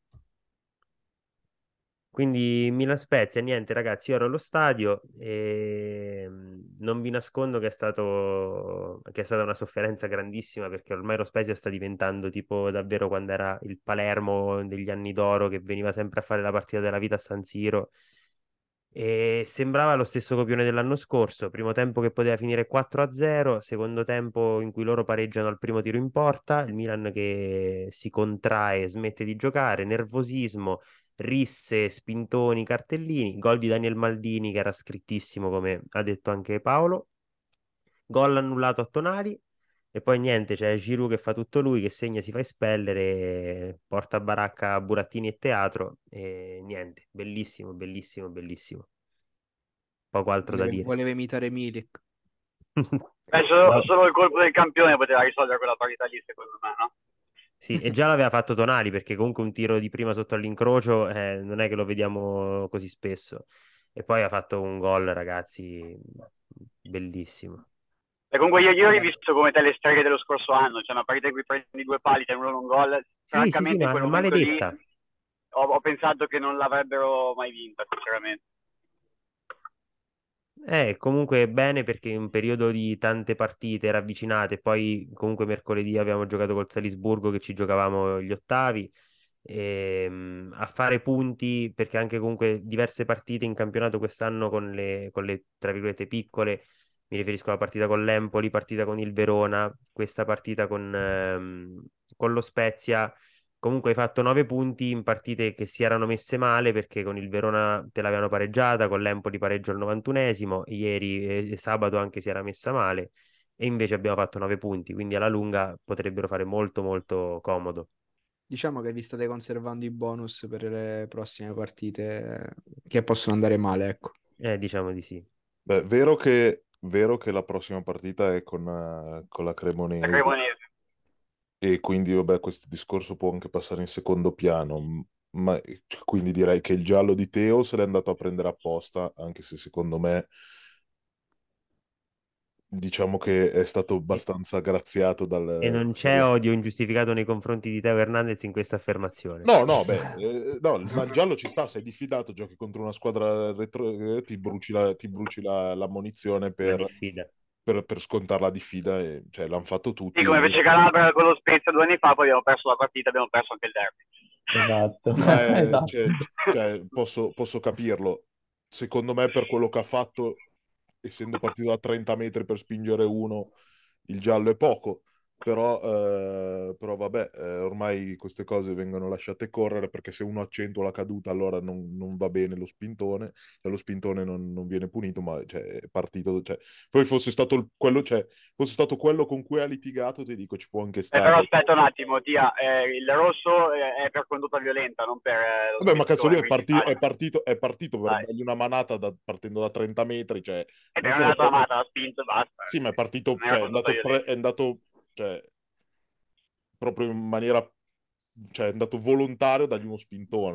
Quindi Milan Spezia, niente ragazzi, io ero allo stadio e mm, non vi nascondo che è stato, che è stata una sofferenza grandissima perché ormai lo Spezia sta diventando tipo davvero quando era il Palermo degli anni d'oro che veniva sempre a fare la partita della vita a San Siro e sembrava lo stesso copione dell'anno scorso, primo tempo che poteva finire quattro a zero, secondo tempo in cui loro pareggiano al primo tiro in porta, il Milan che si contrae, smette di giocare, nervosismo, risse, spintoni, cartellini, gol di Daniel Maldini che era scrittissimo come ha detto anche Paolo, gol annullato a Tonali e poi niente, c'è Giroud che fa tutto lui, che segna, si fa espellere, porta a baracca a burattini e teatro e niente, bellissimo, bellissimo, bellissimo. Poco altro da Voleva, dire. voleva imitare Milik. beh, solo, No, solo il colpo del campione poteva risolvere quella partita lì, secondo me, no? sì, e già l'aveva fatto Tonali perché comunque un tiro di prima sotto all'incrocio eh, non è che lo vediamo così spesso. E poi ha fatto un gol, ragazzi, bellissimo. E comunque io, io ho Vabbè, rivisto come te le streghe dello scorso anno, cioè una partita in cui prendi due pali, te uno un gol, Sì, sì, sì, francamente in quel ma momento lì maledetta. ho, ho pensato che non l'avrebbero mai vinta, sinceramente. Eh, comunque bene perché in un periodo di tante partite ravvicinate, poi comunque mercoledì abbiamo giocato col Salisburgo che ci giocavamo gli ottavi, ehm, a fare punti perché anche comunque diverse partite in campionato quest'anno con le, con le tra virgolette piccole, mi riferisco alla partita con l'Empoli, partita con il Verona, questa partita con, ehm, con lo Spezia. Comunque hai fatto nove punti in partite che si erano messe male perché con il Verona te l'avevano pareggiata, con l'Empoli pareggio al novantunesimo, ieri e sabato anche si era messa male e invece abbiamo fatto nove punti, quindi alla lunga potrebbero fare molto molto comodo. diciamo che vi state conservando i bonus per le prossime partite eh, che possono andare male, ecco. Eh, diciamo di sì. Beh, vero che, vero che la prossima partita è con, eh, con la La Cremonese Cremonese. e quindi vabbè, questo discorso può anche passare in secondo piano, m- ma cioè, quindi direi che il giallo di Teo se l'è andato a prendere apposta, anche se secondo me diciamo che è stato E, abbastanza graziato e dal... non c'è odio ingiustificato nei confronti di Teo Hernandez in questa affermazione. No, no, beh, eh, no, ma il giallo ci sta, sei diffidato, giochi contro una squadra retro, eh, ti bruci la, ti bruci la, la munizione La per, diffida. per, per scontare la diffida, e, cioè l'hanno fatto Sì, come tutti. fece Calabria con lo Spezia due anni fa, poi abbiamo perso la partita, abbiamo perso anche il derby. Esatto. Ma è- Esatto. cioè, cioè, posso, posso capirlo. Secondo me, per quello che ha fatto, essendo partito da trenta metri per spingere uno, il giallo è poco. Però, eh, però vabbè, eh, ormai queste cose vengono lasciate correre perché se uno accentua la caduta, allora non, non va bene lo spintone, cioè lo spintone non, non viene punito, ma cioè, è partito. Cioè, poi fosse stato il- quello, cioè, fosse stato quello con cui ha litigato, ti dico, ci può anche Eh, però stare. aspetta un attimo, Tia, eh, il rosso eh, è per condotta violenta, non per eh, lo Vabbè, ma cazzo, lui spintone è, parti- principale. è partito, è partito per Dai. dargli una manata da- partendo da trenta metri, cioè, E non è per che una l'ha dato la pre- mata, l'ha spinto e basta. sì, ma è partito, Non era cioè, è condotta andato, pre- è violenta. andato, cioè, proprio in maniera, cioè, è andato volontario a dargli uno spintone.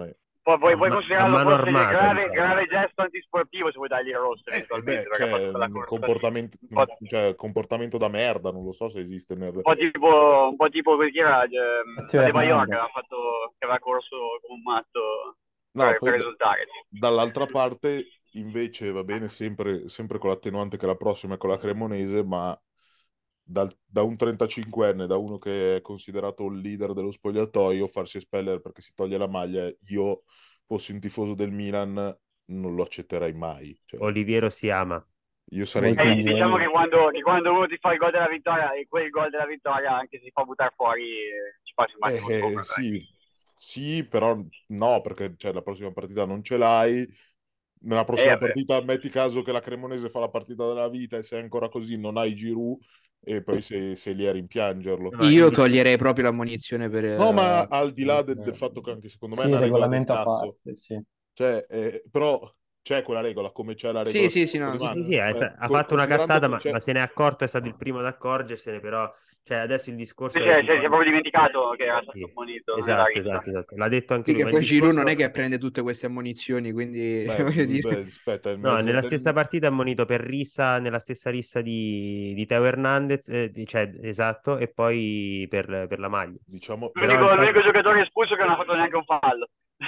Poi puoi, A, puoi ma- a considerarlo mano forse che armata, grave, diciamo. grave gesto antisportivo se vuoi dargli il rosso Eh, eh, eventualmente, beh, perché ha fatto c'è quella un corsa lì. comportamento, Un po', cioè, comportamento da merda, non lo so se esiste nel... un po' tipo, un po' tipo chi era, ehm, Teo Adebayor che Hernandez. aveva fatto, che aveva corso come un matto No, per, poi per d- risultare. dall'altra parte invece va bene sempre, sempre con l'attenuante che la prossima è con la Cremonese, ma dal- da un trentacinquenne, da uno che è considerato il leader dello spogliatoio, farsi espellere perché si toglie la maglia, io fossi un tifoso del Milan non lo accetterei mai. Cioè, Oliviero si ama. io sarei Molto E incazzato. diciamo ingenuo. che quando, che quando uno ti fa il gol della vittoria e quel gol della vittoria, anche se si fa buttare fuori, eh, ci passi un attimo Eh, sopra, eh, dai. sì, sì, però no, perché cioè, la prossima partita non ce l'hai. Nella E prossima vabbè. partita metti caso che la Cremonese fa la partita della vita e sei ancora così, non hai Giroud e poi sei, sei lì a rimpiangerlo. No, Io il dis- toglierei proprio l'ammonizione per... No, ma eh, al di là de- del fatto che anche secondo me è Sì, una regola del regolamento a cazzo, parte, sì. cioè, eh, però c'è quella regola, come c'è la Sì, regola sì, sì, no, Sì, prima, sì, sì, è cioè, sta- ha co- fatto una considerando cazzata, che ma, c'è... ma se n'è accorto, è stato il primo ad accorgersene, però cioè, adesso il sì, discorso sì, è si è tipo... proprio dimenticato che era stato Sì, ammonito nella esatto, rissa. esatto, esatto. L'ha detto anche Sì, lui, che ma il poi Giroud non è discorso... che prende tutte queste ammonizioni, quindi Beh, voglio dire... beh, aspetta, in No, mezzo... nella nel- stessa partita è ammonito per rissa, nella stessa rissa di, di Teo Hernandez, eh, di- cioè, esatto, e poi per, per la maglia. diciamo, Però L'unico, il l'unico fatto... giocatore espulso che non ha fatto neanche un fallo.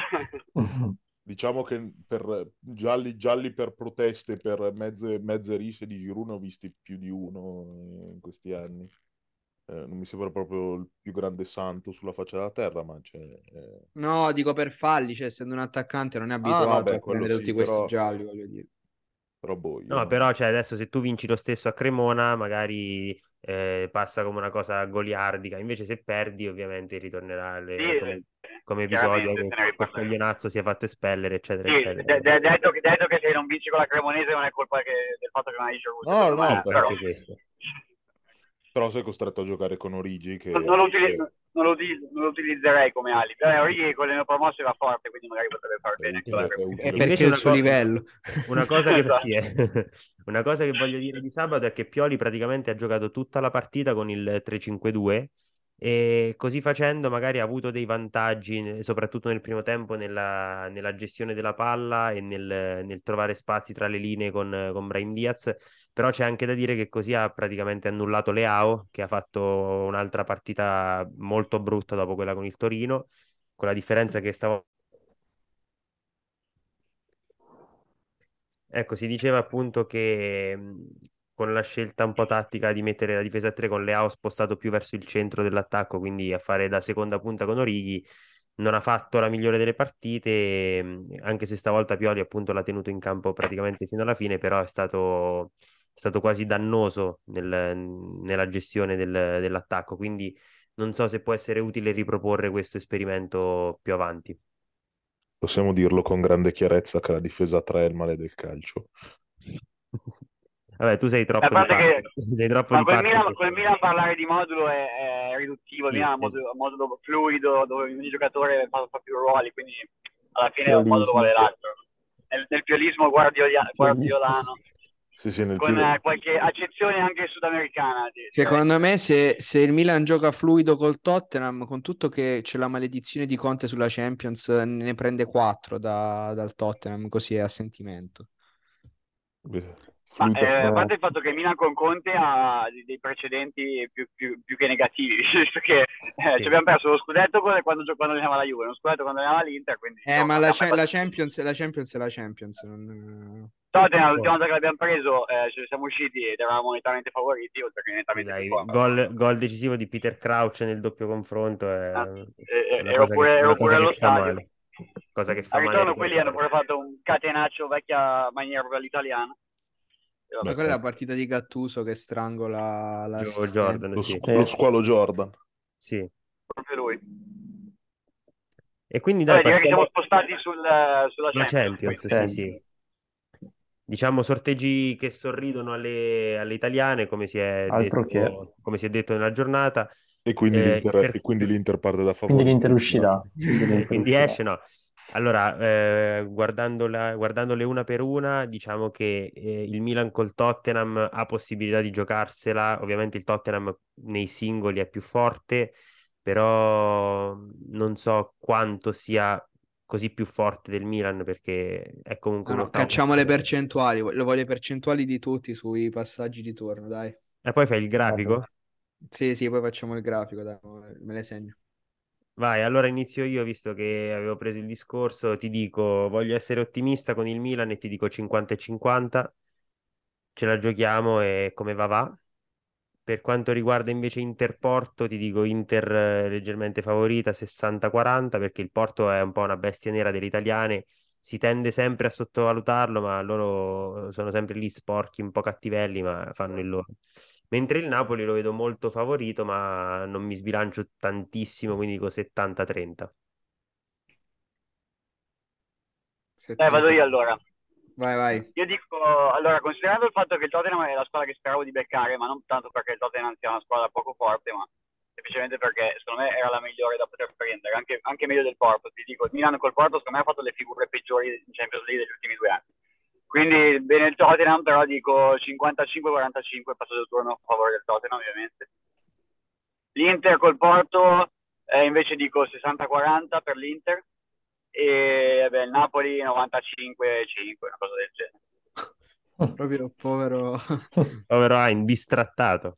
diciamo che per gialli, gialli per proteste, per mezze, mezze risse di Giroud ne ho visti più di uno in questi anni. Eh, non mi sembra proprio il più grande santo sulla faccia della terra, ma c'è... eh. No, dico per falli, cioè essendo un attaccante non è Ah, no, abituato beh, a quello prendere tutti sì, questi però, gialli, voglio dire. però boh, io No, non... però cioè, adesso se tu vinci lo stesso a Cremona, magari eh, passa come una cosa goliardica. Invece se perdi, ovviamente ritornerà Sì, alle- come, eh, come episodio chiaramente che se ne col riparlerà. coglionazzo si è fatto espellere, eccetera, Sì, eccetera. de- de- detto, che, detto che se non vinci con la Cremonese non è colpa che- del fatto che non hai Giroud, No, secondo no, me, Sì, per- però... anche questo. però sei costretto a giocare con Origi Non, che... non lo utili- che- non lo utilizz- non lo utilizzerei come alibi. Eh, Origi con le neopromosse va forte, quindi magari potrebbe far è bene con la utile, è Esatto. Cremonese. utile È E per invece perché il una, suo co- livello. una cosa che, Esatto. sì, è- una cosa che voglio dire di sabato è che Pioli praticamente ha giocato tutta la partita con il tre cinque due e così facendo magari ha avuto dei vantaggi, ne- soprattutto nel primo tempo, nella, nella gestione della palla e nel, nel trovare spazi tra le linee con, con Brahim Diaz. Però c'è anche da dire che così ha praticamente annullato Leao, che ha fatto un'altra partita molto brutta dopo quella con il Torino, con la differenza che stavo... Ecco, si diceva appunto che mh, con la scelta un po' tattica di mettere la difesa a tre con Leao spostato più verso il centro dell'attacco, quindi a fare da seconda punta con Orighi, non ha fatto la migliore delle partite, mh, anche se stavolta Pioli appunto l'ha tenuto in campo praticamente fino alla fine, però è stato, è stato quasi dannoso nel- nella gestione del- dell'attacco, quindi non so se può essere utile riproporre questo esperimento più avanti. Possiamo dirlo con grande chiarezza che la difesa a tre è il male del calcio. Vabbè, tu sei A troppo di parte che, parte, sei troppo ma di col parte in Milan, questo col momento. Milan parlare di modulo è, è riduttivo, il Sì, Milan ha un es- modulo, un modulo fluido dove ogni giocatore fa, fa più ruoli, quindi alla fine un modulo Piolismo. vale l'altro. Nel, nel piolismo guardiolia- Piolismo. guardiolano, Sì, sì, nel con più... eh, qualche accezione anche sudamericana. di- Secondo direi. me, se, se il Milan gioca fluido col Tottenham, con tutto che c'è la maledizione di Conte sulla Champions, ne prende quattro da- dal Tottenham, così è a sentimento. Ma fluido. eh, a Può parte il essere. fatto che il Milan con Conte ha dei dei precedenti più, più- più che negativi, visto che eh, ci sì. abbiamo perso lo scudetto quando, quando, gio- quando allenava la Juve, lo scudetto quando allenava l'Inter, quindi Eh, insomma ma la, abbiamo mai Cha- la fatto... Champions, la Champions è la Champions. non- Tottenham, l'ultima Poi, volta che l'abbiamo preso eh, ce ne siamo usciti ed eravamo nettamente favoriti, oltre che sì, nettamente più dai, forti. gol, gol decisivo di Peter Crouch nel doppio confronto Ah, è e- e- una ero cosa che, pure, ero una cosa pure che allo fa stadio. male, cosa che fa Al male ritorno quelli hanno ricordare. pure fatto un catenaccio vecchia maniera proprio all'italiana. E Ma vabbè, Beh, quella è la certo. partita di Gattuso che strangola Joe l'assistente. Jordan, Lo, sì, squ- lo Sì. squalo Jordan. sì. proprio lui. E quindi dai, Vabbè, direi che siamo passiamo spostati sul, sulla alla Champions, Champions, quindi. sì, Sì. sì. Diciamo sorteggi che sorridono alle, alle italiane, come si è Altro che. detto, come si è detto nella giornata. E quindi Eh, l'Inter per- e quindi l'Inter parte da Quindi favorito. l'Inter Uscirà. uscirà. Quindi l'Inter Quindi uscirà. esce, no. Allora, eh, guardando la- guardandole una per una, diciamo che eh, il Milan col Tottenham ha possibilità di giocarsela. Ovviamente il Tottenham nei singoli è più forte, però non so quanto sia così più forte del Milan perché è comunque No, un no, ottavo cacciamo le posto. percentuali. Lo voglio le percentuali di tutti sui passaggi di turno, dai. E poi fai il Vabbè. grafico? Sì, sì, poi facciamo il grafico, dai, me le segno. Vai, allora inizio io, visto che avevo preso il discorso, ti dico, voglio essere ottimista con il Milan e ti dico cinquanta e cinquanta, ce la giochiamo e come va va. Per quanto riguarda invece Inter-Porto, ti dico Inter eh, leggermente favorita, sessanta quaranta, perché il Porto è un po' una bestia nera delle italiane, si tende sempre a sottovalutarlo, ma loro sono sempre lì sporchi, un po' cattivelli, ma fanno il loro. Mentre il Napoli lo vedo molto favorito, ma non mi sbilancio tantissimo, quindi dico settanta trenta. Dai, vado settanta. io allora. Vai, vai. Io dico, allora, considerando il fatto che il Tottenham è la squadra che speravo di beccare, ma non tanto perché il Tottenham sia una squadra poco forte, ma semplicemente perché secondo me era la migliore da poter prendere, anche, anche meglio del Porto. Ti dico, il Milan col Porto secondo me ha fatto le figure peggiori in Champions League degli ultimi due anni. Quindi bene il Tottenham, però dico cinquantacinque quarantacinque, passato il turno a favore del Tottenham ovviamente. L'Inter col Porto eh, invece dico sessanta quaranta per l'Inter e beh, il Napoli novantacinque cinque, una cosa del genere. Proprio povero. Povero Hein, distrattato.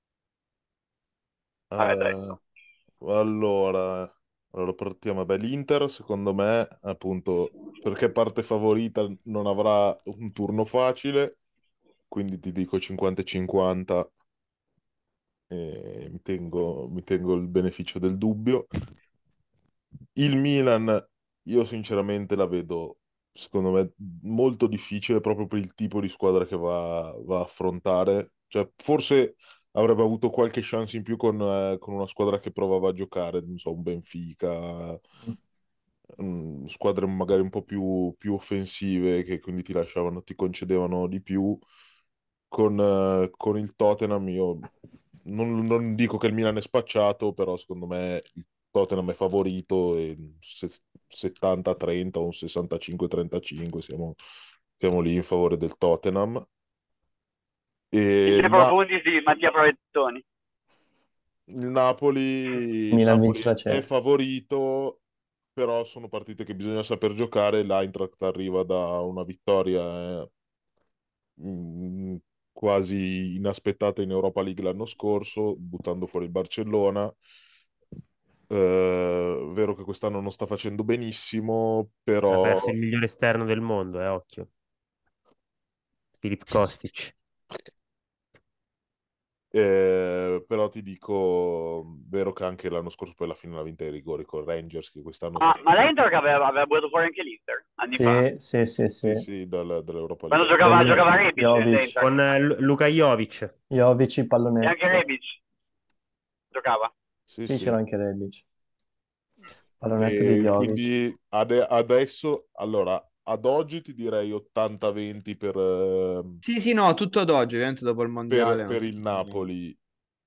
Vabbè, dai. Eh, allora, allora partiamo. Beh, l'Inter, secondo me, appunto, perché parte favorita non avrà un turno facile, quindi ti dico cinquanta e cinquanta e mi tengo, mi tengo il beneficio del dubbio. Il Milan, io sinceramente la vedo, secondo me, molto difficile proprio per il tipo di squadra che va, va a affrontare. Cioè, forse avrebbe avuto qualche chance in più con, eh, con una squadra che provava a giocare, non so, un Benfica, mm, squadre magari un po' più, più offensive che quindi ti lasciavano, ti concedevano di più. Con, eh, con il Tottenham io non, non dico che il Milan è spacciato, però secondo me il Tottenham è favorito e se- settanta trenta o un sessantacinque trentacinque siamo, siamo lì in favore del Tottenham. Chi E se il, ne Na- profondi di Mattia Provettoni. il Napoli, il Milan vince Napoli la è Champions. favorito, però sono partite che bisogna saper giocare. L'Eintracht arriva da una vittoria eh, mh, quasi inaspettata in Europa League l'anno scorso, buttando fuori il Barcellona. Eh, vero che quest'anno non sta facendo benissimo, Ha però perso il migliore esterno del mondo, eh, occhio. Filip Kostic. Eh, però ti dico, vero che anche l'anno scorso poi alla fine l'ha vinta ai rigori con Rangers, che quest'anno sono Ah, ma stati... l'Eintracht aveva, aveva buttato fuori anche l'Inter anni fa, Sì, sì, sì, sì. Sì, sì, dal- dall'Europa quando League. giocava, Con giocava Rebic Jovic, nell'Eintracht Con eh, Lu- Luka Jovic. Jovic, il e anche pallonetto. Rebic giocava. Sì, Sì, c'era sì. anche Rebic. Pallonetto di E Jovic. quindi ade- adesso, allora, ad oggi ti direi ottanta venti per, ehm, Sì, sì, no, tutto ad oggi, ovviamente dopo il per, mondiale non per si il sa niente. Napoli,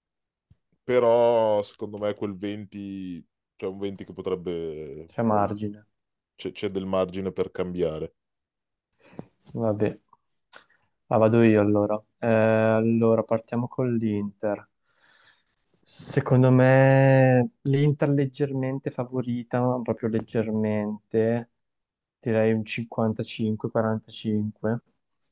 però secondo me quel venti, cioè un venti che potrebbe, C'è margine. c'è c'è del margine per cambiare. Vabbè. Ah, vado io allora. Eh, allora, partiamo con l'Inter. Secondo me l'Inter leggermente favorita, ma proprio leggermente, direi un cinquantacinque quarantacinque,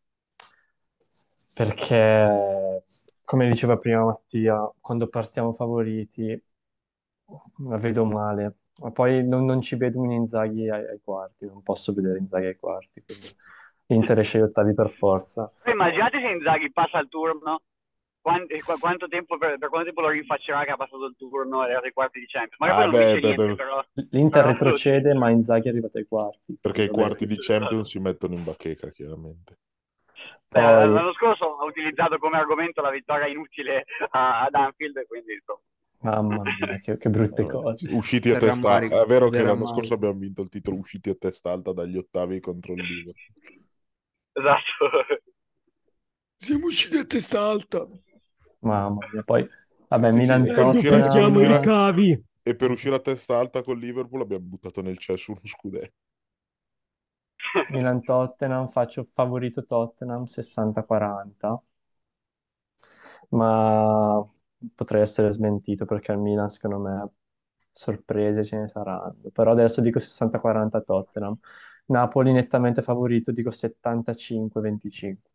perché, come diceva prima Mattia, quando partiamo favoriti la vedo male, ma poi non, non ci vedo un Inzaghi ai, ai quarti, non posso vedere Inzaghi ai quarti, quindi l'Inter esce agli ottavi per forza. Poi immaginate se Inzaghi passa il turno, quan- e qua- quanto tempo per, per quanto tempo lo rinfaccerà che ha passato il turno e è arrivato ai quarti di Champions. Magari Ah, poi non beh, vince beh, niente, beh, però, L'Inter però lo retrocede, dice. ma Inzaghi è arrivato ai quarti, perché quindi i vabbè. quarti di Champions si mettono in bacheca, chiaramente. Beh, Poi, l'anno scorso ho utilizzato come argomento la vittoria inutile a- ad Anfield, quindi insomma. mamma mia, che, che brutte Vabbè, cose. usciti a Del testa, rammarico, è vero che del l'anno scorso rammarico. abbiamo vinto il titolo usciti a testa alta dagli ottavi contro il Liverpool. Esatto. Siamo usciti a testa alta. Mamma mia, poi, Sì, vabbè, sì, sì. E per uscire, e per uscire- Milan-Tottenham, cavi. e per uscire a testa alta con Liverpool abbiamo buttato nel cesso uno scudetto. Milan-Tottenham, faccio favorito Tottenham sessanta quaranta, ma potrei essere smentito perché il Milan, secondo me, sorprese ce ne saranno, però adesso dico sessanta quaranta Tottenham. Napoli nettamente favorito, dico settantacinque venticinque.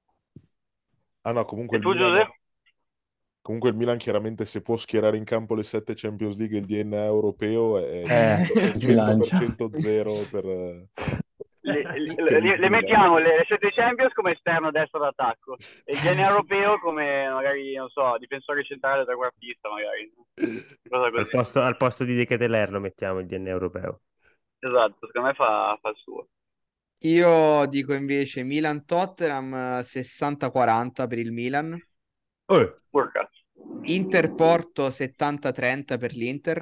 Ah no, comunque E il tu, Milan, Giuseppe? comunque il Milan chiaramente se può schierare in campo le sette Champions League e il D N A europeo è Eh, cento è sbilancia. cento per cento zero per, eh, Le, per le- il le- le Milan. mettiamo le, le sette Champions come esterno destro d'attacco e il genere europeo come magari, non so, difensore centrale trequartista magari. Cosa Al così. posto, al posto di De Keteler lo mettiamo il D N A europeo. Esatto, secondo me fa, fa il suo. Io dico invece Milan-Tottenham sessanta quaranta per il Milan, Oh, Urca. Inter-Porto settanta trenta per l'Inter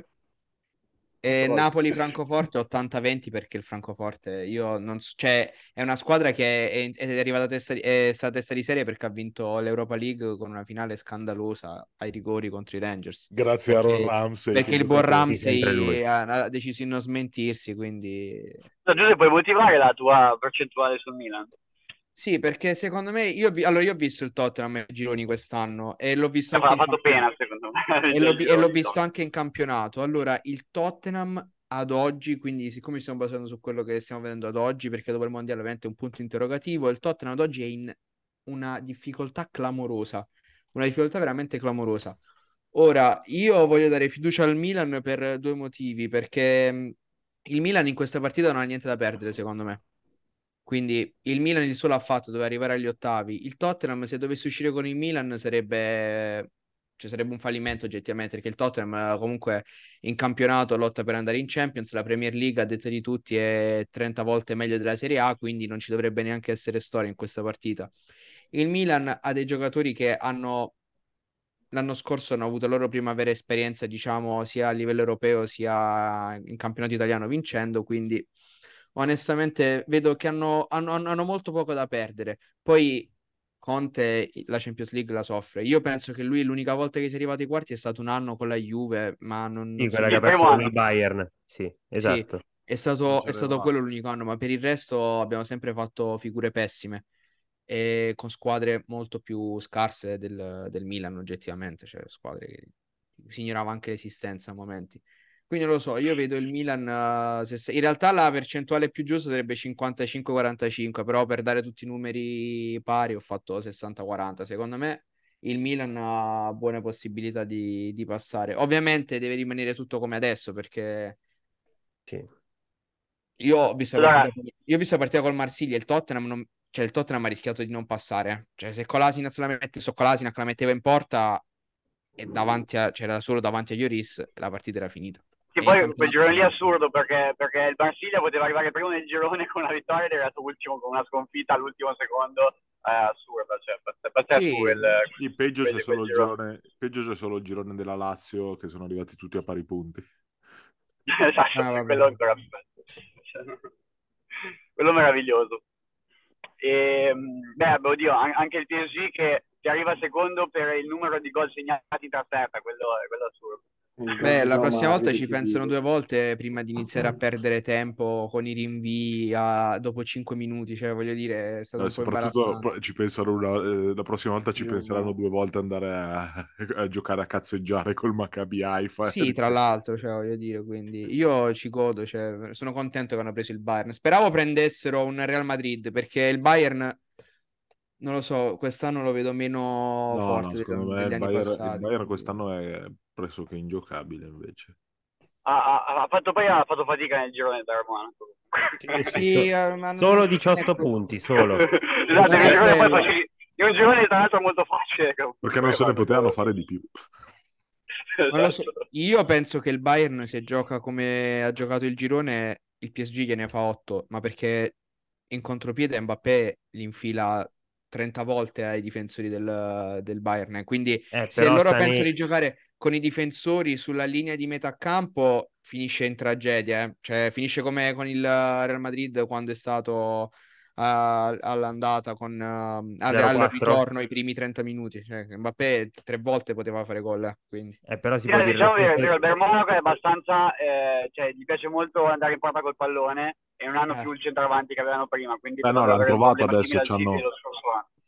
e Però Napoli-Francoforte ottanta venti perché il Francoforte io non so, cioè è una squadra che è, è arrivata a testa, di- è stata testa di serie perché ha vinto l'Europa League con una finale scandalosa ai rigori contro i Rangers grazie a Aaron perché, Ramsey che perché il buon giocatore. sì, sempre lui. Ramsey ha, ha deciso di non smentirsi, quindi No, Giuseppe, puoi motivare la tua percentuale sul Milan? sì, perché secondo me io, vi- allora, io ho visto il Tottenham ai gironi quest'anno e l'ho visto Ha anche ha in fatto campionato. pena, secondo me. E Già l'ho il vi- e l'ho girone, visto no. anche in campionato. Allora, il Tottenham ad oggi, quindi siccome ci stiamo basando su quello che stiamo vedendo ad oggi, perché dopo il mondiale ovviamente è un punto interrogativo, il Tottenham ad oggi è in una difficoltà clamorosa, una difficoltà veramente clamorosa. Ora, io voglio dare fiducia al Milan per due motivi, perché mh, il Milan in questa partita non ha niente da perdere, secondo me. Quindi il Milan il solo ha fatto, doveva arrivare agli ottavi. Il Tottenham, se dovesse uscire con il Milan, sarebbe, cioè, sarebbe un fallimento oggettivamente, perché il Tottenham eh, comunque in campionato lotta per andare in Champions, la Premier League a detta di tutti è trenta volte meglio della Serie A, quindi non ci dovrebbe neanche essere storia in questa partita. Il Milan ha dei giocatori che hanno l'anno scorso hanno avuto la loro prima vera esperienza, diciamo, sia a livello europeo sia in campionato italiano vincendo, quindi onestamente vedo che hanno, hanno- hanno- hanno molto poco da perdere. Poi Conte la Champions League la soffre. Io penso che lui l'unica volta che si è arrivato ai quarti è stato un anno con la Juve, ma non, sì, non so quella che ha Il più. perso primo con anno. il Bayern. Sì, Sì, esatto. è Non stato, è stato c'aveva. quello l'unico anno, ma per il resto abbiamo sempre fatto figure pessime e con squadre molto più scarse del, del Milan, oggettivamente, cioè squadre che si ignorava anche l'esistenza a momenti. Quindi non lo so, io vedo il Milan, eh, se- se- in realtà la percentuale più giusta sarebbe cinquantacinque quarantacinque, però per dare tutti i numeri pari ho fatto sessanta quaranta. Secondo me il Milan ha buone possibilità di, di passare. Ovviamente deve rimanere tutto come adesso, perché Sì. io ho visto la Allora, partita, con- io ho visto la partita col Marsiglia, il Tottenham, non- cioè il Tottenham ha rischiato di non passare. Cioè se Kolasinac la mette, so Kolasinac la metteva in porta e davanti a, c'era solo davanti a Lloris, la partita era finita. sì, E in poi quel campionato girone si lì è vede. assurdo perché, perché il Marsiglia poteva arrivare primo nel girone con una vittoria ed è arrivato ultimo con una sconfitta all'ultimo secondo. È assurda, cioè, pazz- pazzesco Sì, quel, Sì, peggio c'è quel, quel solo il girone. girone, peggio c'è solo il girone della Lazio che sono arrivati tutti a pari punti. Esatto, ah, sì, vabbè. quello è ancora aspetta. Cioè, quello meraviglioso. E, beh, beh, oddio, an- anche il P S G che, che arriva secondo per il numero di gol segnati in trasferta, quello, quello è assurdo. Il Beh, la giro prossima volta Mario ci pensano decisivo. due volte prima di iniziare a perdere tempo con i rinvii a- dopo cinque minuti. Cioè, voglio dire, è stato Eh, un po' soprattutto imbarazzante. pro- ci pensano una, eh, la prossima volta ci Giro penseranno Mario. due volte andare a, a giocare a cazzeggiare col Maccabi Haifa. Sì, tra l'altro, cioè, voglio dire, quindi io ci godo, cioè, sono contento che hanno preso il Bayern. Speravo prendessero un Real Madrid perché il Bayern, non lo so, quest'anno lo vedo meno No, no, forte secondo del- me degli il anni Bayern, il passati. Bayern Quindi... quest'anno è pressoché ingiocabile invece. Ha, ha- ha fatto, poi ha fatto fatica nel girone da Monaco. Sì, sì, Sì, so- eh, ma non solo non è, diciotto que- punti, solo. Esatto, non in un è girone poi quello. facili, in un girone tra l'altro molto facile. Perché non se ne potevano fare di più. Non lo so. Esatto. Io penso che il Bayern, se gioca come ha giocato il girone, il P S G gliene fa otto, ma perché in contropiede Mbappé li infila trenta volte ai difensori del, del Bayern. Quindi Eh, se però loro pensano Sané, di giocare con i difensori sulla linea di metà campo, finisce in tragedia. eh. Cioè, finisce come con il Real Madrid quando è stato a- all'andata con, eh, al, al zero quattro. ritorno i primi trenta minuti. Cioè, Mbappé tre volte poteva fare gol, eh, quindi. Eh, però si Sì, può no, dire lo diciamo che stesso. il Bayern Monaco è abbastanza, eh, cioè gli piace molto andare in porta col pallone e non hanno Eh. più il centravanti che avevano prima, quindi Beh no, potrebbero l'hanno avere un trovato problema adesso, simile al City c'hanno, dello scorso anno.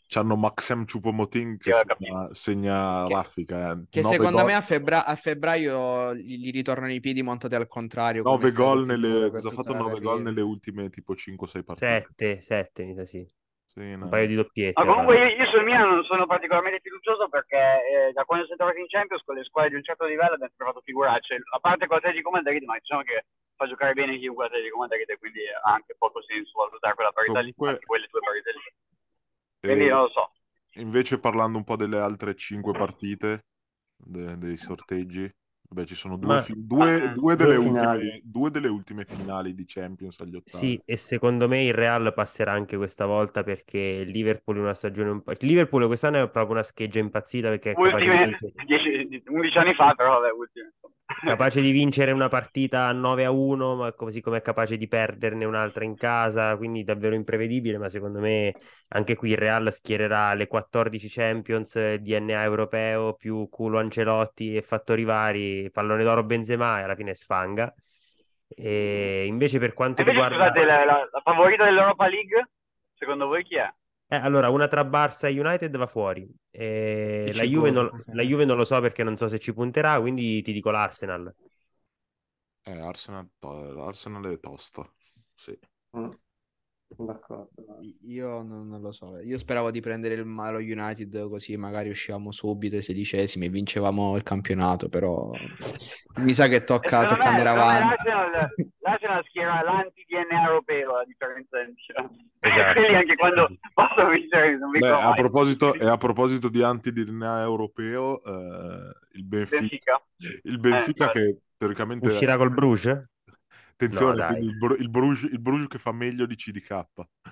c'hanno Maxim Choupo-Moting che Sì, ho segna, segna Che, l'Africa. Eh. che Nove secondo me gol, a, febbra- a febbraio gli, gli ritornano i piedi montati al contrario, come è nove stato gol finora nelle, per cosa ha tutta fatto? la nove gol carriera. nelle ultime tipo cinque sei partite. Sette, sette, mi sa sì. Sì, Un no. paio di Ma doppiette ha comunque fatto. io, io sul Milan non sono particolarmente fiducioso perché eh, da quando siamo tornati in Champions con le squadre di un certo livello abbiamo sempre fatto figuracce, a parte con l'Atletico Madrid, ma diciamo che fa giocare bene chiunque l'Atletico Madrid e quindi ha anche poco senso valutare quella parità lì, Comunque, anche quelle due parità lì. Quindi eh, non lo so. invece parlando un po' delle altre cinque partite de- dei sorteggi, beh, ci sono due, Ma fi- Ma, due, eh, due delle Due finali. ultime, due delle ultime finali di Champions agli ottavi. sì, e secondo me il Real passerà anche questa volta perché il Liverpool in una stagione un po'... Il Liverpool quest'anno è proprio una scheggia impazzita perché è capace di ultime, vincere. dieci, undici anni fa, però vabbè, ultime. Capace di vincere una partita nove a uno, ma così come è capace di perderne un'altra in casa, quindi davvero imprevedibile, ma secondo me anche qui il Real schiererà le quattordici Champions, eh, D N A europeo, più culo Ancelotti e fattori vari, pallone d'oro Benzema e alla fine sfanga. E invece per E quanto invece riguarda... scusate, la, la, la favorita dell'Europa League, secondo voi chi è? Eh, allora, una tra Barça e United va fuori. E la Dici Juve gol. non, la Juve non lo so perché non so se ci punterà, quindi ti dico l'Arsenal. Eh, Arsenal, to- Arsenal è tosta. Sì. Mm, d'accordo. Vai. Io non, non lo so. Io speravo di prendere il Malo United così magari uscivamo subito ai sedicesimi e vincevamo il campionato, però mi sa che E tocca, secondo tocca me, andare secondo me avanti. l'Arsenal, l'Arsenal schiera l'anti-D N A europeo, a differenza del Milan. Esatto. Quelli anche quando possono vincere non Beh, vincono a mai. proposito, e a proposito di anti-D N A europeo, eh, il Benfica, Benfica. il Eh, Benfica infatti. che teoricamente, Uscirà col Bruges? No, attenzione, dai. quindi il, Bru- il Bruges, il Bruges che fa meglio di C D K.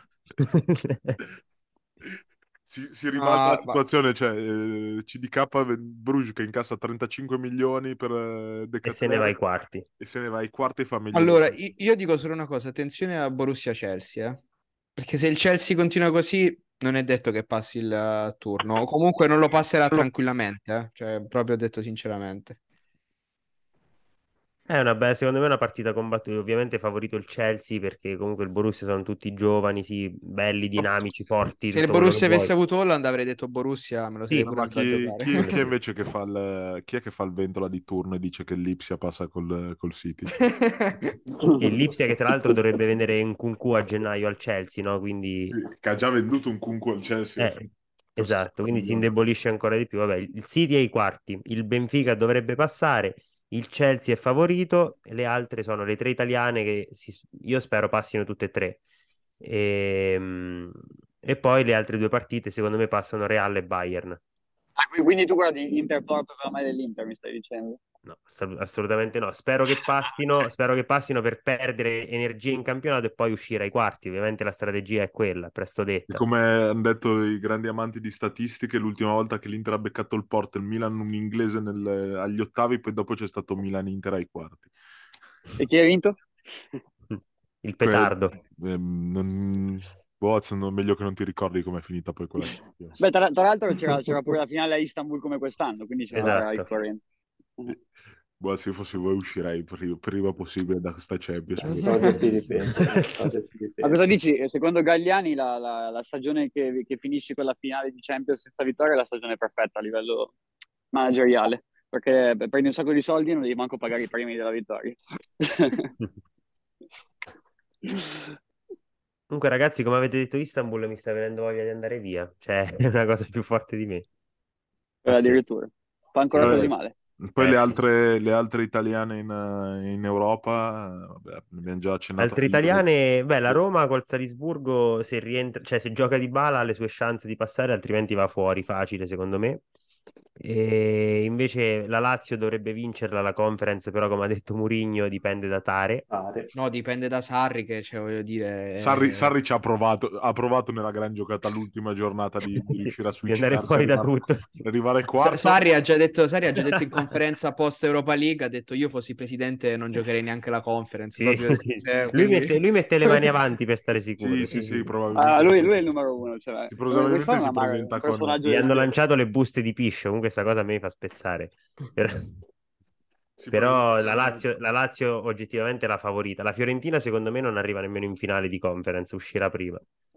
Si, si ribalta la Ah, ma situazione, cioè eh, C D K Bruges che incassa trentacinque milioni per eh, E se ne va ai Decathlon quarti. e se ne va ai quarti e fa meglio del allora, i- io dico solo una cosa, attenzione a Borussia-Chelsea, eh. Perché se il Chelsea continua così, non è detto che passi il eh, turno. O comunque non lo passerà tranquillamente, eh. Cioè, proprio detto sinceramente. È una bella, secondo me è una partita combattuta. Ovviamente favorito il Chelsea perché comunque il Borussia sono tutti giovani, sì, belli, dinamici, forti, Se il tutto quello che Borussia vuoi. avesse avuto Holland avrei detto Borussia, me lo sarei Sì, No, pure ma andato a chi, giocare. chi- quello chi è sì. invece che fa il, chi è che fa il ventola di turno e dice che l'Ipsia passa col, col City? E l'Ipsia che tra l'altro dovrebbe vendere Nkunku a gennaio al Chelsea, no? Quindi, Sì, che ha già venduto un Kunku al Chelsea eh, per esatto, sessanta quindi si milioni. indebolisce ancora di più. Vabbè, il City è ai quarti, il Benfica dovrebbe passare, il Chelsea è favorito, e le altre sono le tre italiane che si- io spero passino tutte e tre. E, e poi le altre due partite secondo me passano Real e Bayern. Ah, qui- quindi tu guardi Inter-Porto per me dell'Inter, mi stai dicendo? No, ass- assolutamente no. Spero che passino, spero che passino per perdere energia in campionato e poi uscire ai quarti. Ovviamente la strategia è quella, presto E detta. come hanno detto i grandi amanti di statistiche, l'ultima volta che l'Inter ha beccato il Porto, il Milan un inglese nel- agli ottavi, poi dopo c'è stato Milan-Inter ai quarti. E chi ha vinto? Il Que- petardo. ehm, non... Boaz, no, meglio che non ti ricordi com'è finita poi quella Champions. Beh, tra, tra l'altro c'era c'era pure la finale a Istanbul come quest'anno, quindi c'era c'era il Esatto. corrente. Boaz, se io fossi voi uscirei prima, prima possibile da questa Champions. La storia si ripete, la storia si Ma cosa ripete. dici? Secondo Gagliani la, la- la stagione che, che finisci con la finale di Champions senza vittoria è la stagione perfetta a livello manageriale, perché beh, prendi un sacco di soldi e non devi manco pagare i premi della vittoria. Comunque, ragazzi, come avete detto, Istanbul mi sta venendo voglia di andare via. Cioè, è una cosa più forte di me. Eh, Pazzesco. addirittura. Fa Sì, ancora così Poi, male. poi eh le sì. altre, le altre italiane in, eh, in Europa, eh, vabbè, ne abbiamo già accennato Altre a Juve. italiane, beh, la Roma col Salisburgo, se rientra, cioè se gioca di bala ha le sue chance di passare, altrimenti va fuori facile, secondo me. E invece la Lazio dovrebbe vincerla la Conference, però come ha detto Mourinho dipende da Tare. Fare. No, dipende da Sarri, che cioè, voglio Sarri, dire... Sarri ci ha provato, ha provato nella gran giocata l'ultima giornata di, di riuscire a Di andare suicidarsi, fuori da arrivare, tutto. Sì. arrivare Sa- quarto. Sarri ha già detto, Sarri ha già detto in conferenza post Europa League, ha detto io fossi presidente non giocherei neanche la conference, Sì, proprio, sì. cioè, Lui quindi... mette, lui mette le mani avanti per stare sicuro. Sì, Sì, sì, sì, sì, sì. Ah, probabilmente lui, si, lui è il numero uno, cioè, si- come, come si fa probabilmente a non si amare un presenta con... personaggio Gli del hanno genere? lanciato le buste di Piscio, comunque questa cosa a me mi fa spezzare. Però, Si presenta però la con... Lazio, la Lazio oggettivamente è la favorita. La Fiorentina secondo me non arriva nemmeno in finale di conference, uscirà prima.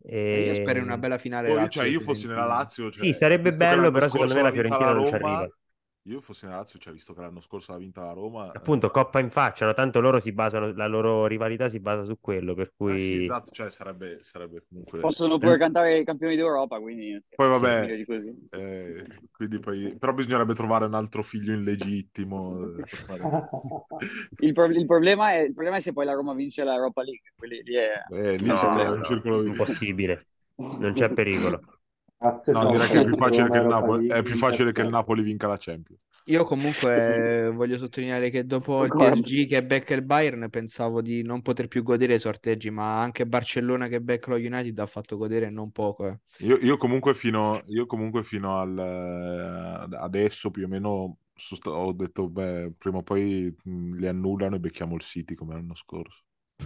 Eh, io spero in una E... bella finale Oh, io, cioè, io fossi nella Lazio-Fiorentina. Lazio, Sì, cioè, sarebbe visto che bello, l'anno però secondo scorso me l'ha la vinta Fiorentina la non ci Roma, arriva. io fossi nella Lazio, cioè, visto che l'anno scorso l'ha vinta la Roma, eh, Appunto, coppa in faccia, no? Tanto loro si basano, la loro rivalità si basa su quello, per eh sì, cui... esatto, cioè, sarebbe, sarebbe comunque... Possono pure cantare i campioni d'Europa, quindi sì, Poi Sì. vabbè, meglio di così. eh, quindi poi... però bisognerebbe trovare un altro figlio illegittimo. eh, per fare- Il, pro- il problema è, il problema è se poi la Roma vince l'Europa League, quelli lì è, Eh, è lì un si No, crea un problema. no, circolo vizioso. impossibile. Non c'è pericolo. Lazio e No, direi Tottenham che è più vincono facile che il l'Europa Napoli, è League più in facile che il trasferta. Napoli vinca la Champions. Io comunque voglio sottolineare che dopo il Concordo. P S G che becca il Bayern pensavo di non poter più godere i sorteggi, ma anche Barcellona che becca lo United ha fatto godere non poco. eh. Io, io comunque fino, io comunque fino al, eh, adesso più o meno sost- ho detto, beh, prima o poi mh, li annullano e becchiamo il City come l'anno scorso.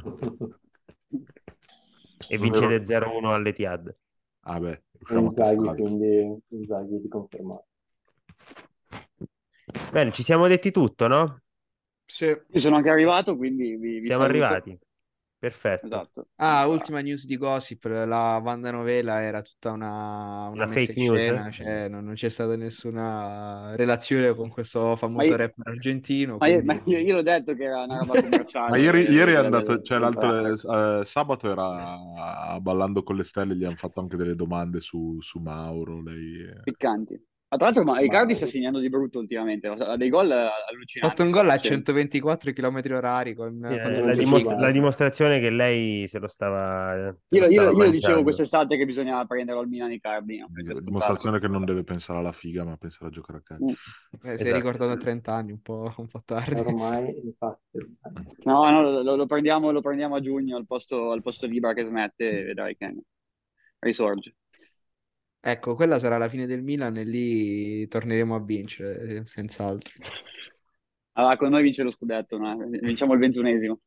E Non ero... vincete zero uno all'Etihad. Ah beh, E usciamo a testa Inzaghi, alta. quindi Inzaghi riconfermato. Bene, ci siamo detti tutto, no? Sì. Io sono anche arrivato, quindi vi, vi Siamo saluto. arrivati. Perfetto. Esatto. Ah, Ah, ultima news di Gossip, la Wanda Novela era tutta una, una Una messa fake in news? scena, cioè non, non c'è stata nessuna relazione con questo ma famoso io, rapper argentino, ma io- ma quindi io- io l'ho detto che era una roba Ma commerciale ieri, ieri è quella andato, del, cioè del l'altro rapper. eh, sabato era ballando con le stelle, gli hanno fatto anche delle domande su, su Mauro. Lei, eh. Piccanti. Ma tra l'altro, ma Icardi sta Mauro. segnando di brutto ultimamente, ha dei gol ha fatto allucinanti un sta gol a facendo. centoventiquattro chilometri orari con, Sì, eh, contro la, il Non ci dimostra- Benfica. la guarda. dimostrazione che lei se lo stava, se Io, lo io- stava io lo dicevo mangiando. quest'estate che bisognava prenderlo al Milan Icardi, non avete ascoltato. Dimostrazione che non deve pensare alla figa, ma pensare a giocare a calcio. Mm. Eh, si è Esatto. ricordato a trenta anni, un po', un po' tardi. Ormai, infatti, No, no, lo, lo prendiamo, lo prendiamo a giugno al posto, al posto di Ibra che smette e vedrai che risorge. Ecco, quella sarà la fine del Milan e lì torneremo a vincere, eh, senz'altro. Allora, con noi vince lo scudetto, no? Vinciamo il ventunesimo.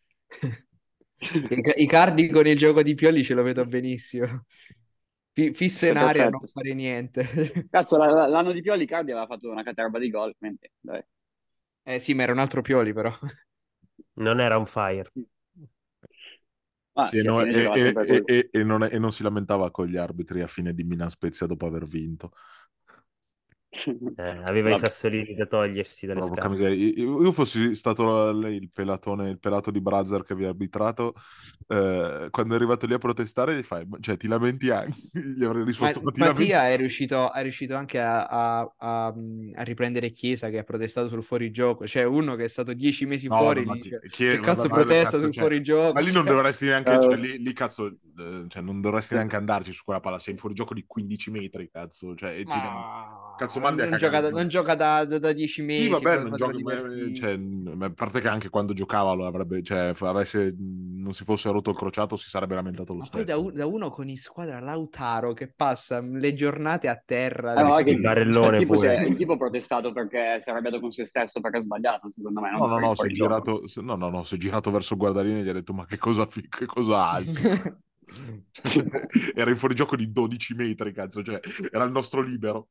I, Icardi con il gioco di Pioli ce lo vedo benissimo. Fi- Fisso in aria a non Perfetto. fare niente. Cazzo, la- la- l'anno di Pioli Icardi aveva fatto una caterva di gol, quindi, dai. Eh sì, ma era un altro Pioli però. Non era on fire. Ah, Sì, e, sì, a no- fine e- giocava e- sempre e- così. e- e non, e non si lamentava con gli arbitri a fine di Milan Spezia dopo aver vinto. Eh, aveva i Vabbè. sassolini da togliersi dalle No, porca scarpe. miseria. Io, io fossi stato lei il pelatone, il pelato di Brazzer che vi ha arbitrato, eh, quando è arrivato lì a protestare, gli fai, "Ma- cioè, ti lamenti anche?" Gli avrei Ma risposto, ma ti lamenti? Mattia è riuscito, è riuscito anche a, a- a- a riprendere Chiesa che ha protestato sul fuorigioco. Cioè uno che è stato dieci mesi No, vabbè, fuori ma chi, dice chi è- che vabbè, cazzo ma protesta cazzo, sul cioè, ma fuorigioco. lì non Cioè, dovresti neanche, cioè, Eh, lì, lì, cazzo, eh, cioè, non dovresti neanche andarci su quella palla, sei in fuorigioco di quindici metri, cazzo, cioè, e ti dai- ma cazzo non, mandi a non gioca, cagare. da, non gioca da, da, da dieci Sì, mesi, vabbè, pot- non potrà giochi, ma- eh, divertirsi. cioè, ma a parte che anche quando giocava lo avrebbe, cioè, f- avesse, non si fosse rotto il crociato si sarebbe lamentato lo Ma poi da, stesso. un- da uno con in squadra Lautaro che passa le giornate a terra. eh, ma guarda che Il il, cioè, il barellone tipo si è, pure. il tipo ha protestato perché si è arrabbiato con se stesso perché ha sbagliato, secondo me, No, non no, per il no, si è fuorigioco. girato, se- no, no, no, si è girato verso il guardaline e gli ha detto, ma che cosa, fi- che cosa alzi? Era in fuorigioco di dodici metri, cazzo, cioè, era il nostro libero.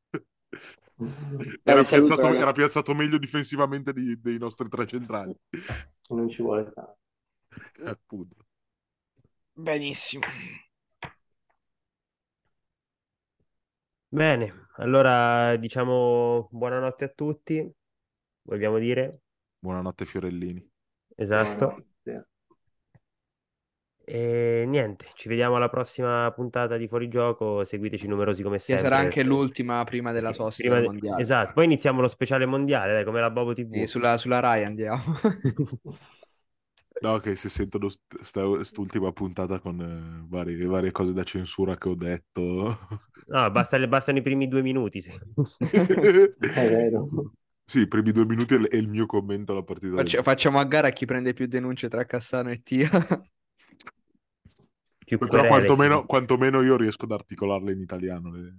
Dai, Era vi saluto, piazzato, raga. era piazzato meglio difensivamente di- dei nostri tre centrali. non ci vuole tanto. Appunto. Benissimo. Bene, allora diciamo buonanotte a tutti. Vogliamo dire? Buonanotte Fiorellini. Esatto. Buonanotte. E niente, ci vediamo alla prossima puntata di Fuorigioco. Seguiteci numerosi come Che sarà sempre. anche l'ultima prima della Perché sosta prima del de- mondiale. Esatto, poi iniziamo lo speciale mondiale, dai, come la Bobo Sì, T V. sulla, sulla Rai andiamo. No, che se sentono st- sta- quest'ultima puntata con eh, varie, varie cose da censura che ho detto. No, basta- bastano i primi due minuti. sì. È vero. Sì, i primi due minuti è il, è il mio commento alla partita del... Faccia- facciamo a gara chi prende più denunce tra Cassano e Tia. Più Però querele, sì. quantomeno, quantomeno io riesco ad articolarle in italiano. le-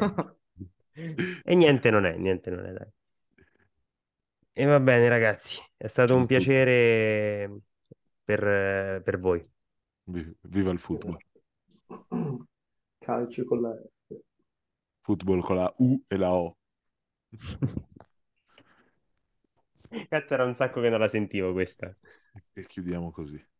E niente non è, niente non è, dai. E va bene, ragazzi, è stato un Ciao a tutti. piacere per, per voi. Vi- Viva il football. Calcio con la F. Football con la U e la O. Cazzo, era un sacco che non la sentivo questa. E chiudiamo così.